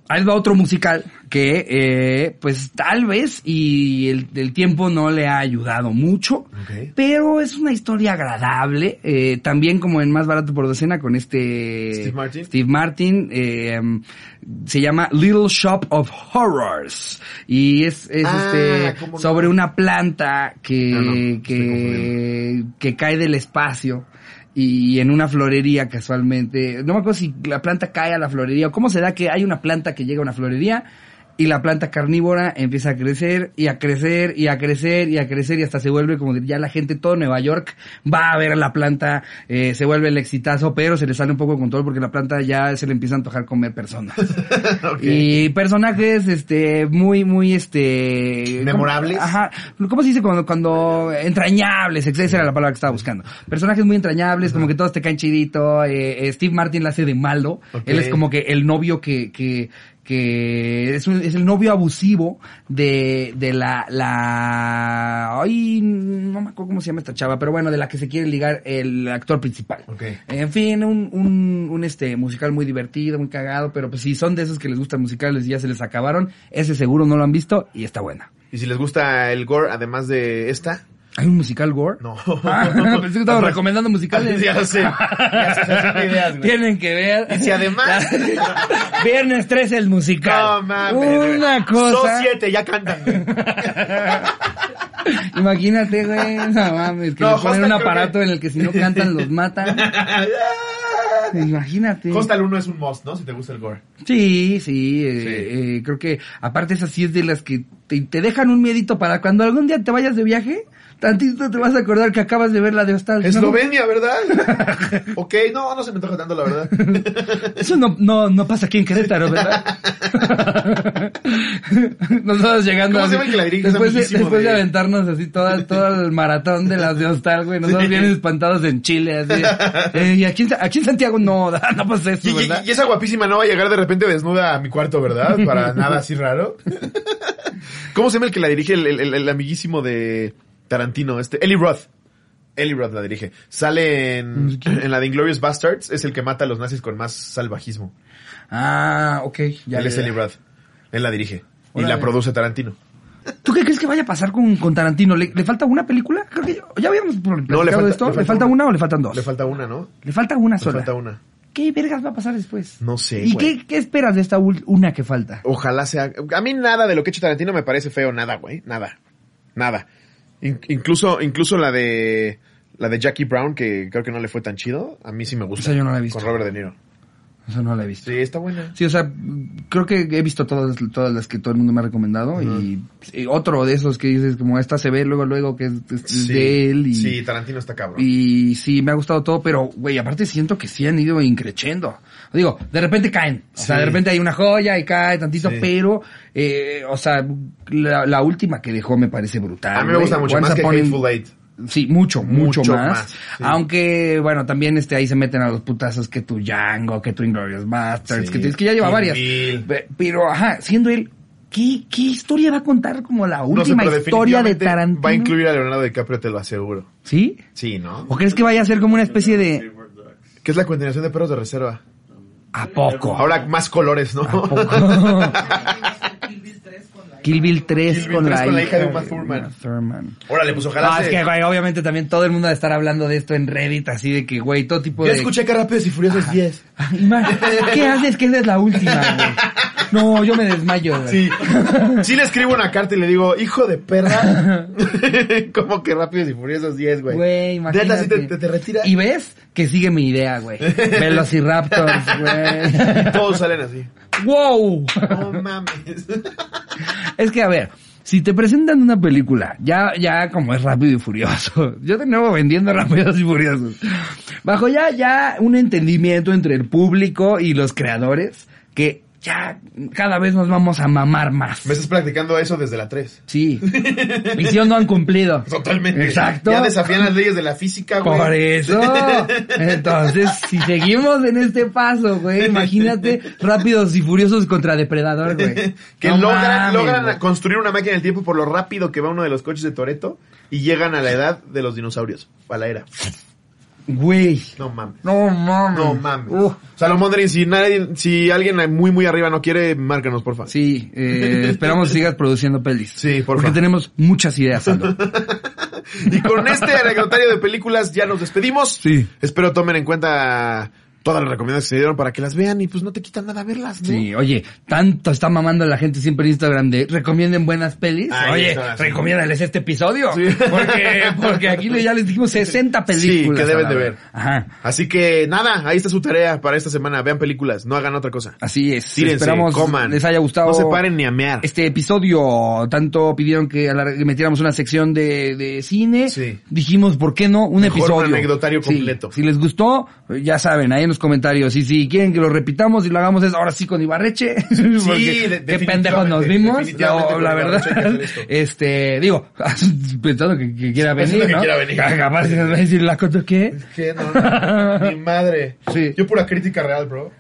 ahí va otro musical que, eh, pues tal vez, y el, el tiempo no le ha ayudado mucho, Okay. pero es una historia agradable, eh, también como en Más Barato por Docena con este... Steve Martin. Steve Martin, eh, se llama Little Shop of Horrors, y es, es Ah, este, ¿cómo no? sobre una planta que, No, no, estoy que, que cae del espacio. Y en una florería casualmente, no me acuerdo si la planta cae a la florería o cómo se da que hay una planta que llega a una florería y la planta carnívora empieza a crecer y a crecer y a crecer y a crecer y hasta se vuelve como que ya la gente, todo Nueva York va a ver la planta, eh, se vuelve el exitazo, pero se le sale un poco de control porque la planta ya se le empieza a antojar comer personas. Okay. Y personajes, este, muy, muy, este... ¿Memorables? ¿cómo? Ajá. ¿Cómo se dice cuando, cuando entrañables? Esa era la palabra que estaba buscando. Personajes muy entrañables, como que todos te caen chidito. Eh, eh, Steve Martin la hace de malo. Ok. Él es como que el novio que, que, que es, un, es el novio abusivo de, de la, la, ay, no me acuerdo cómo se llama esta chava, pero bueno, de la que se quiere ligar el actor principal. Okay. En fin, un, un, un este musical muy divertido, muy cagado, pero pues si son de esos que les gustan musicales y ya se les acabaron, ese seguro no lo han visto y está buena. Y si les gusta el gore, además de esta, ¿Hay un musical gore? no. Ah, pensé que estaba recomendando musicales. Ya lo sé. Ya se hacen ideas, güey. Tienen que ver. Y si además... Viernes trece el musical. No mames. Una güey. cosa. Son siete, ya cantan, güey. Imagínate, güey. No mames. Que No, le ponen Hostel un creo aparato que- en el que si no cantan los matan. Imagínate. Hostel uno es un must, ¿no? Si te gusta el gore. Sí, sí, eh, Sí. eh, creo que aparte esa sí es de las que te, te dejan un miedito para cuando algún día te vayas de viaje, tantito te vas a acordar que acabas de ver la de Hostal. ¿no? Eslovenia, ¿verdad? Ok, no, no se me antoja tanto, la verdad. Eso no, no, no pasa aquí en Querétaro, ¿verdad? Nosotros llegando ¿Cómo se así, llama el que la dirige? Es después, de, amiguísimo después de de- aventarnos así todo, todo el maratón de las de Hostal, güey, nosotros Sí. bien espantados en Chile, así. Eh, y aquí en, aquí en Santiago no, no pasa eso, Y, y- ¿verdad? y esa guapísima no va a llegar de repente desnuda a mi cuarto, ¿verdad? Para nada así raro. ¿Cómo se llama el que la dirige? El, el- el- el amiguísimo de Tarantino, este, Eli Roth. Eli Roth la dirige. Sale en, en la de Inglourious Bastards. Es el que mata a los nazis con más salvajismo. Ah, ok. Ya Él le- es Eli Roth. Él la dirige. Y Órale. la produce Tarantino. ¿Tú qué crees que vaya a pasar con, con Tarantino? ¿Le, ¿Le falta una película? Creo que ya, ya habíamos platicado le falta- de esto. le ¿Le falta falta, una. una o le faltan dos? Le falta una, ¿no? Le falta una Le sola. falta una. ¿Qué vergas va a pasar después? No sé, ¿Y güey. qué, qué esperas de esta ul- una que falta? Ojalá sea... A mí nada de lo que ha hecho Tarantino me parece feo. Nada, güey. Nada. Nada. In- incluso, incluso la de... La de Jackie Brown, que creo que no le fue tan chido. A mí sí me gusta. Esa yo no la he visto. Con Robert De Niro. Eso no la he visto. Sí, está buena. Sí, o sea, creo que he visto todas, todas las que todo el mundo me ha recomendado y, y otro de esos que dices como esta se ve luego, luego que es, es Sí. de él y... Sí, Tarantino está cabrón. Y sí, me ha gustado todo, pero, güey, aparte siento que sí han ido increchendo. Digo, de repente caen. O sea, Sí. de repente hay una joya y cae tantito, Sí. pero, eh, o sea, la, la última que dejó me parece brutal. A mí me güey. gusta mucho Once más que Upon in- Hateful Eight. Sí, mucho, mucho, Mucho más. más, sí. Aunque, bueno, también este ahí se meten a los putazos que tu Django, que tu Inglourious Basterds, Sí. que, es que ya lleva Kill varias. Bill. Pe- Pero, ajá, siendo él, ¿qué, qué historia va a contar como la No sé, última pero historia de definitivamente Tarantino? Va a incluir a Leonardo DiCaprio, te lo aseguro. ¿Sí? Sí, ¿no? ¿O crees que vaya a ser como una especie de... ¿Qué es la continuación de Perros de Reserva? ¿A poco? Ahora más colores, ¿no? ¿A poco? Kill Bill tres Kill Bill con, tres la, con la hija hija de Uma Thurman. Uma Thurman. Órale, pues ojalá Ah, se... es que, güey, obviamente también todo el mundo va a estar hablando de esto en Reddit, así de que, güey, todo tipo Ya de... escuché que Rápidos y Furiosos diez. Ay, ma, ¿qué haces? Que esa es la última, güey. No, yo me desmayo, güey. Sí. Sí le escribo una carta y le digo, hijo de perra. ¿Cómo que Rápidos y Furiosos diez, güey? Güey, imagínate. Neta, ¿sí te, te, te retira? Y ves que sigue mi idea, güey. Velociraptors, güey. Todos salen así. ¡Wow! No mames. Es que, a ver, si te presentan una película, ya, ya como es Rápido y Furioso, yo de nuevo vendiendo Rápidos y Furiosos, bajo ya, ya un entendimiento entre el público y los creadores, que ya cada vez nos vamos a mamar más. Me estás practicando eso desde la tres. Sí. Misión no han cumplido. Totalmente. Exacto. Ya desafían las leyes de la física, güey. Por eso. Entonces, si seguimos en este paso, güey, imagínate Rápidos y Furiosos contra Depredador, güey. Que No logran, mames, logran güey. construir una máquina del tiempo por lo rápido que va uno de los coches de Toretto y llegan a la edad de los dinosaurios, a la era. Güey. No mames. No mames. No mames. Uh. Salomón Drin, si nadie, si alguien muy muy arriba no quiere, márcanos, porfa. Sí, eh, esperamos que sigas produciendo pelis. Sí, porfa. Porque tenemos muchas ideas, Sandro. Y con este anecdotario de películas ya nos despedimos. Sí. Espero tomen en cuenta todas las recomendaciones que se dieron para que las vean y pues no te quitan nada verlas, ¿no? Sí, oye, tanto está mamando la gente siempre en Instagram de recomienden buenas pelis. Ay, oye, eso, sí. recomiéndales este episodio. Sí. Porque, porque aquí ya les dijimos sesenta películas. Sí, que deben a la de vez. ver. Ajá. Así que nada, ahí está su tarea para esta semana. Vean películas, no hagan otra cosa. Así es. Tírense, Esperamos coman. les haya gustado. No se paren ni a mear. Este episodio, tanto pidieron que, alar- que metiéramos una sección de, de cine. Sí. Dijimos, ¿por qué no? Un Mejor episodio. un anecdotario Sí. completo. Si les gustó, ya saben, ahí en los comentarios. Y si quieren que lo repitamos y lo hagamos es ahora sí con Ibarreche. Porque de- qué pendejos nos vimos. definitivamente No, la con Ibarreche hay que verdad. hacer esto. Este, digo, pensando que, que quiera Pensando venir, que ¿no? quiera venir. Capaz que nos va a decir la cosa que. ¿Qué? No, no, mi madre. Sí. Yo pura crítica real, bro.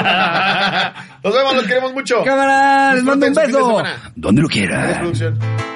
Nos vemos, los queremos mucho. Cámara, les mando un Disfruten su fin de beso. semana. Donde lo Adiós, quiera. producción.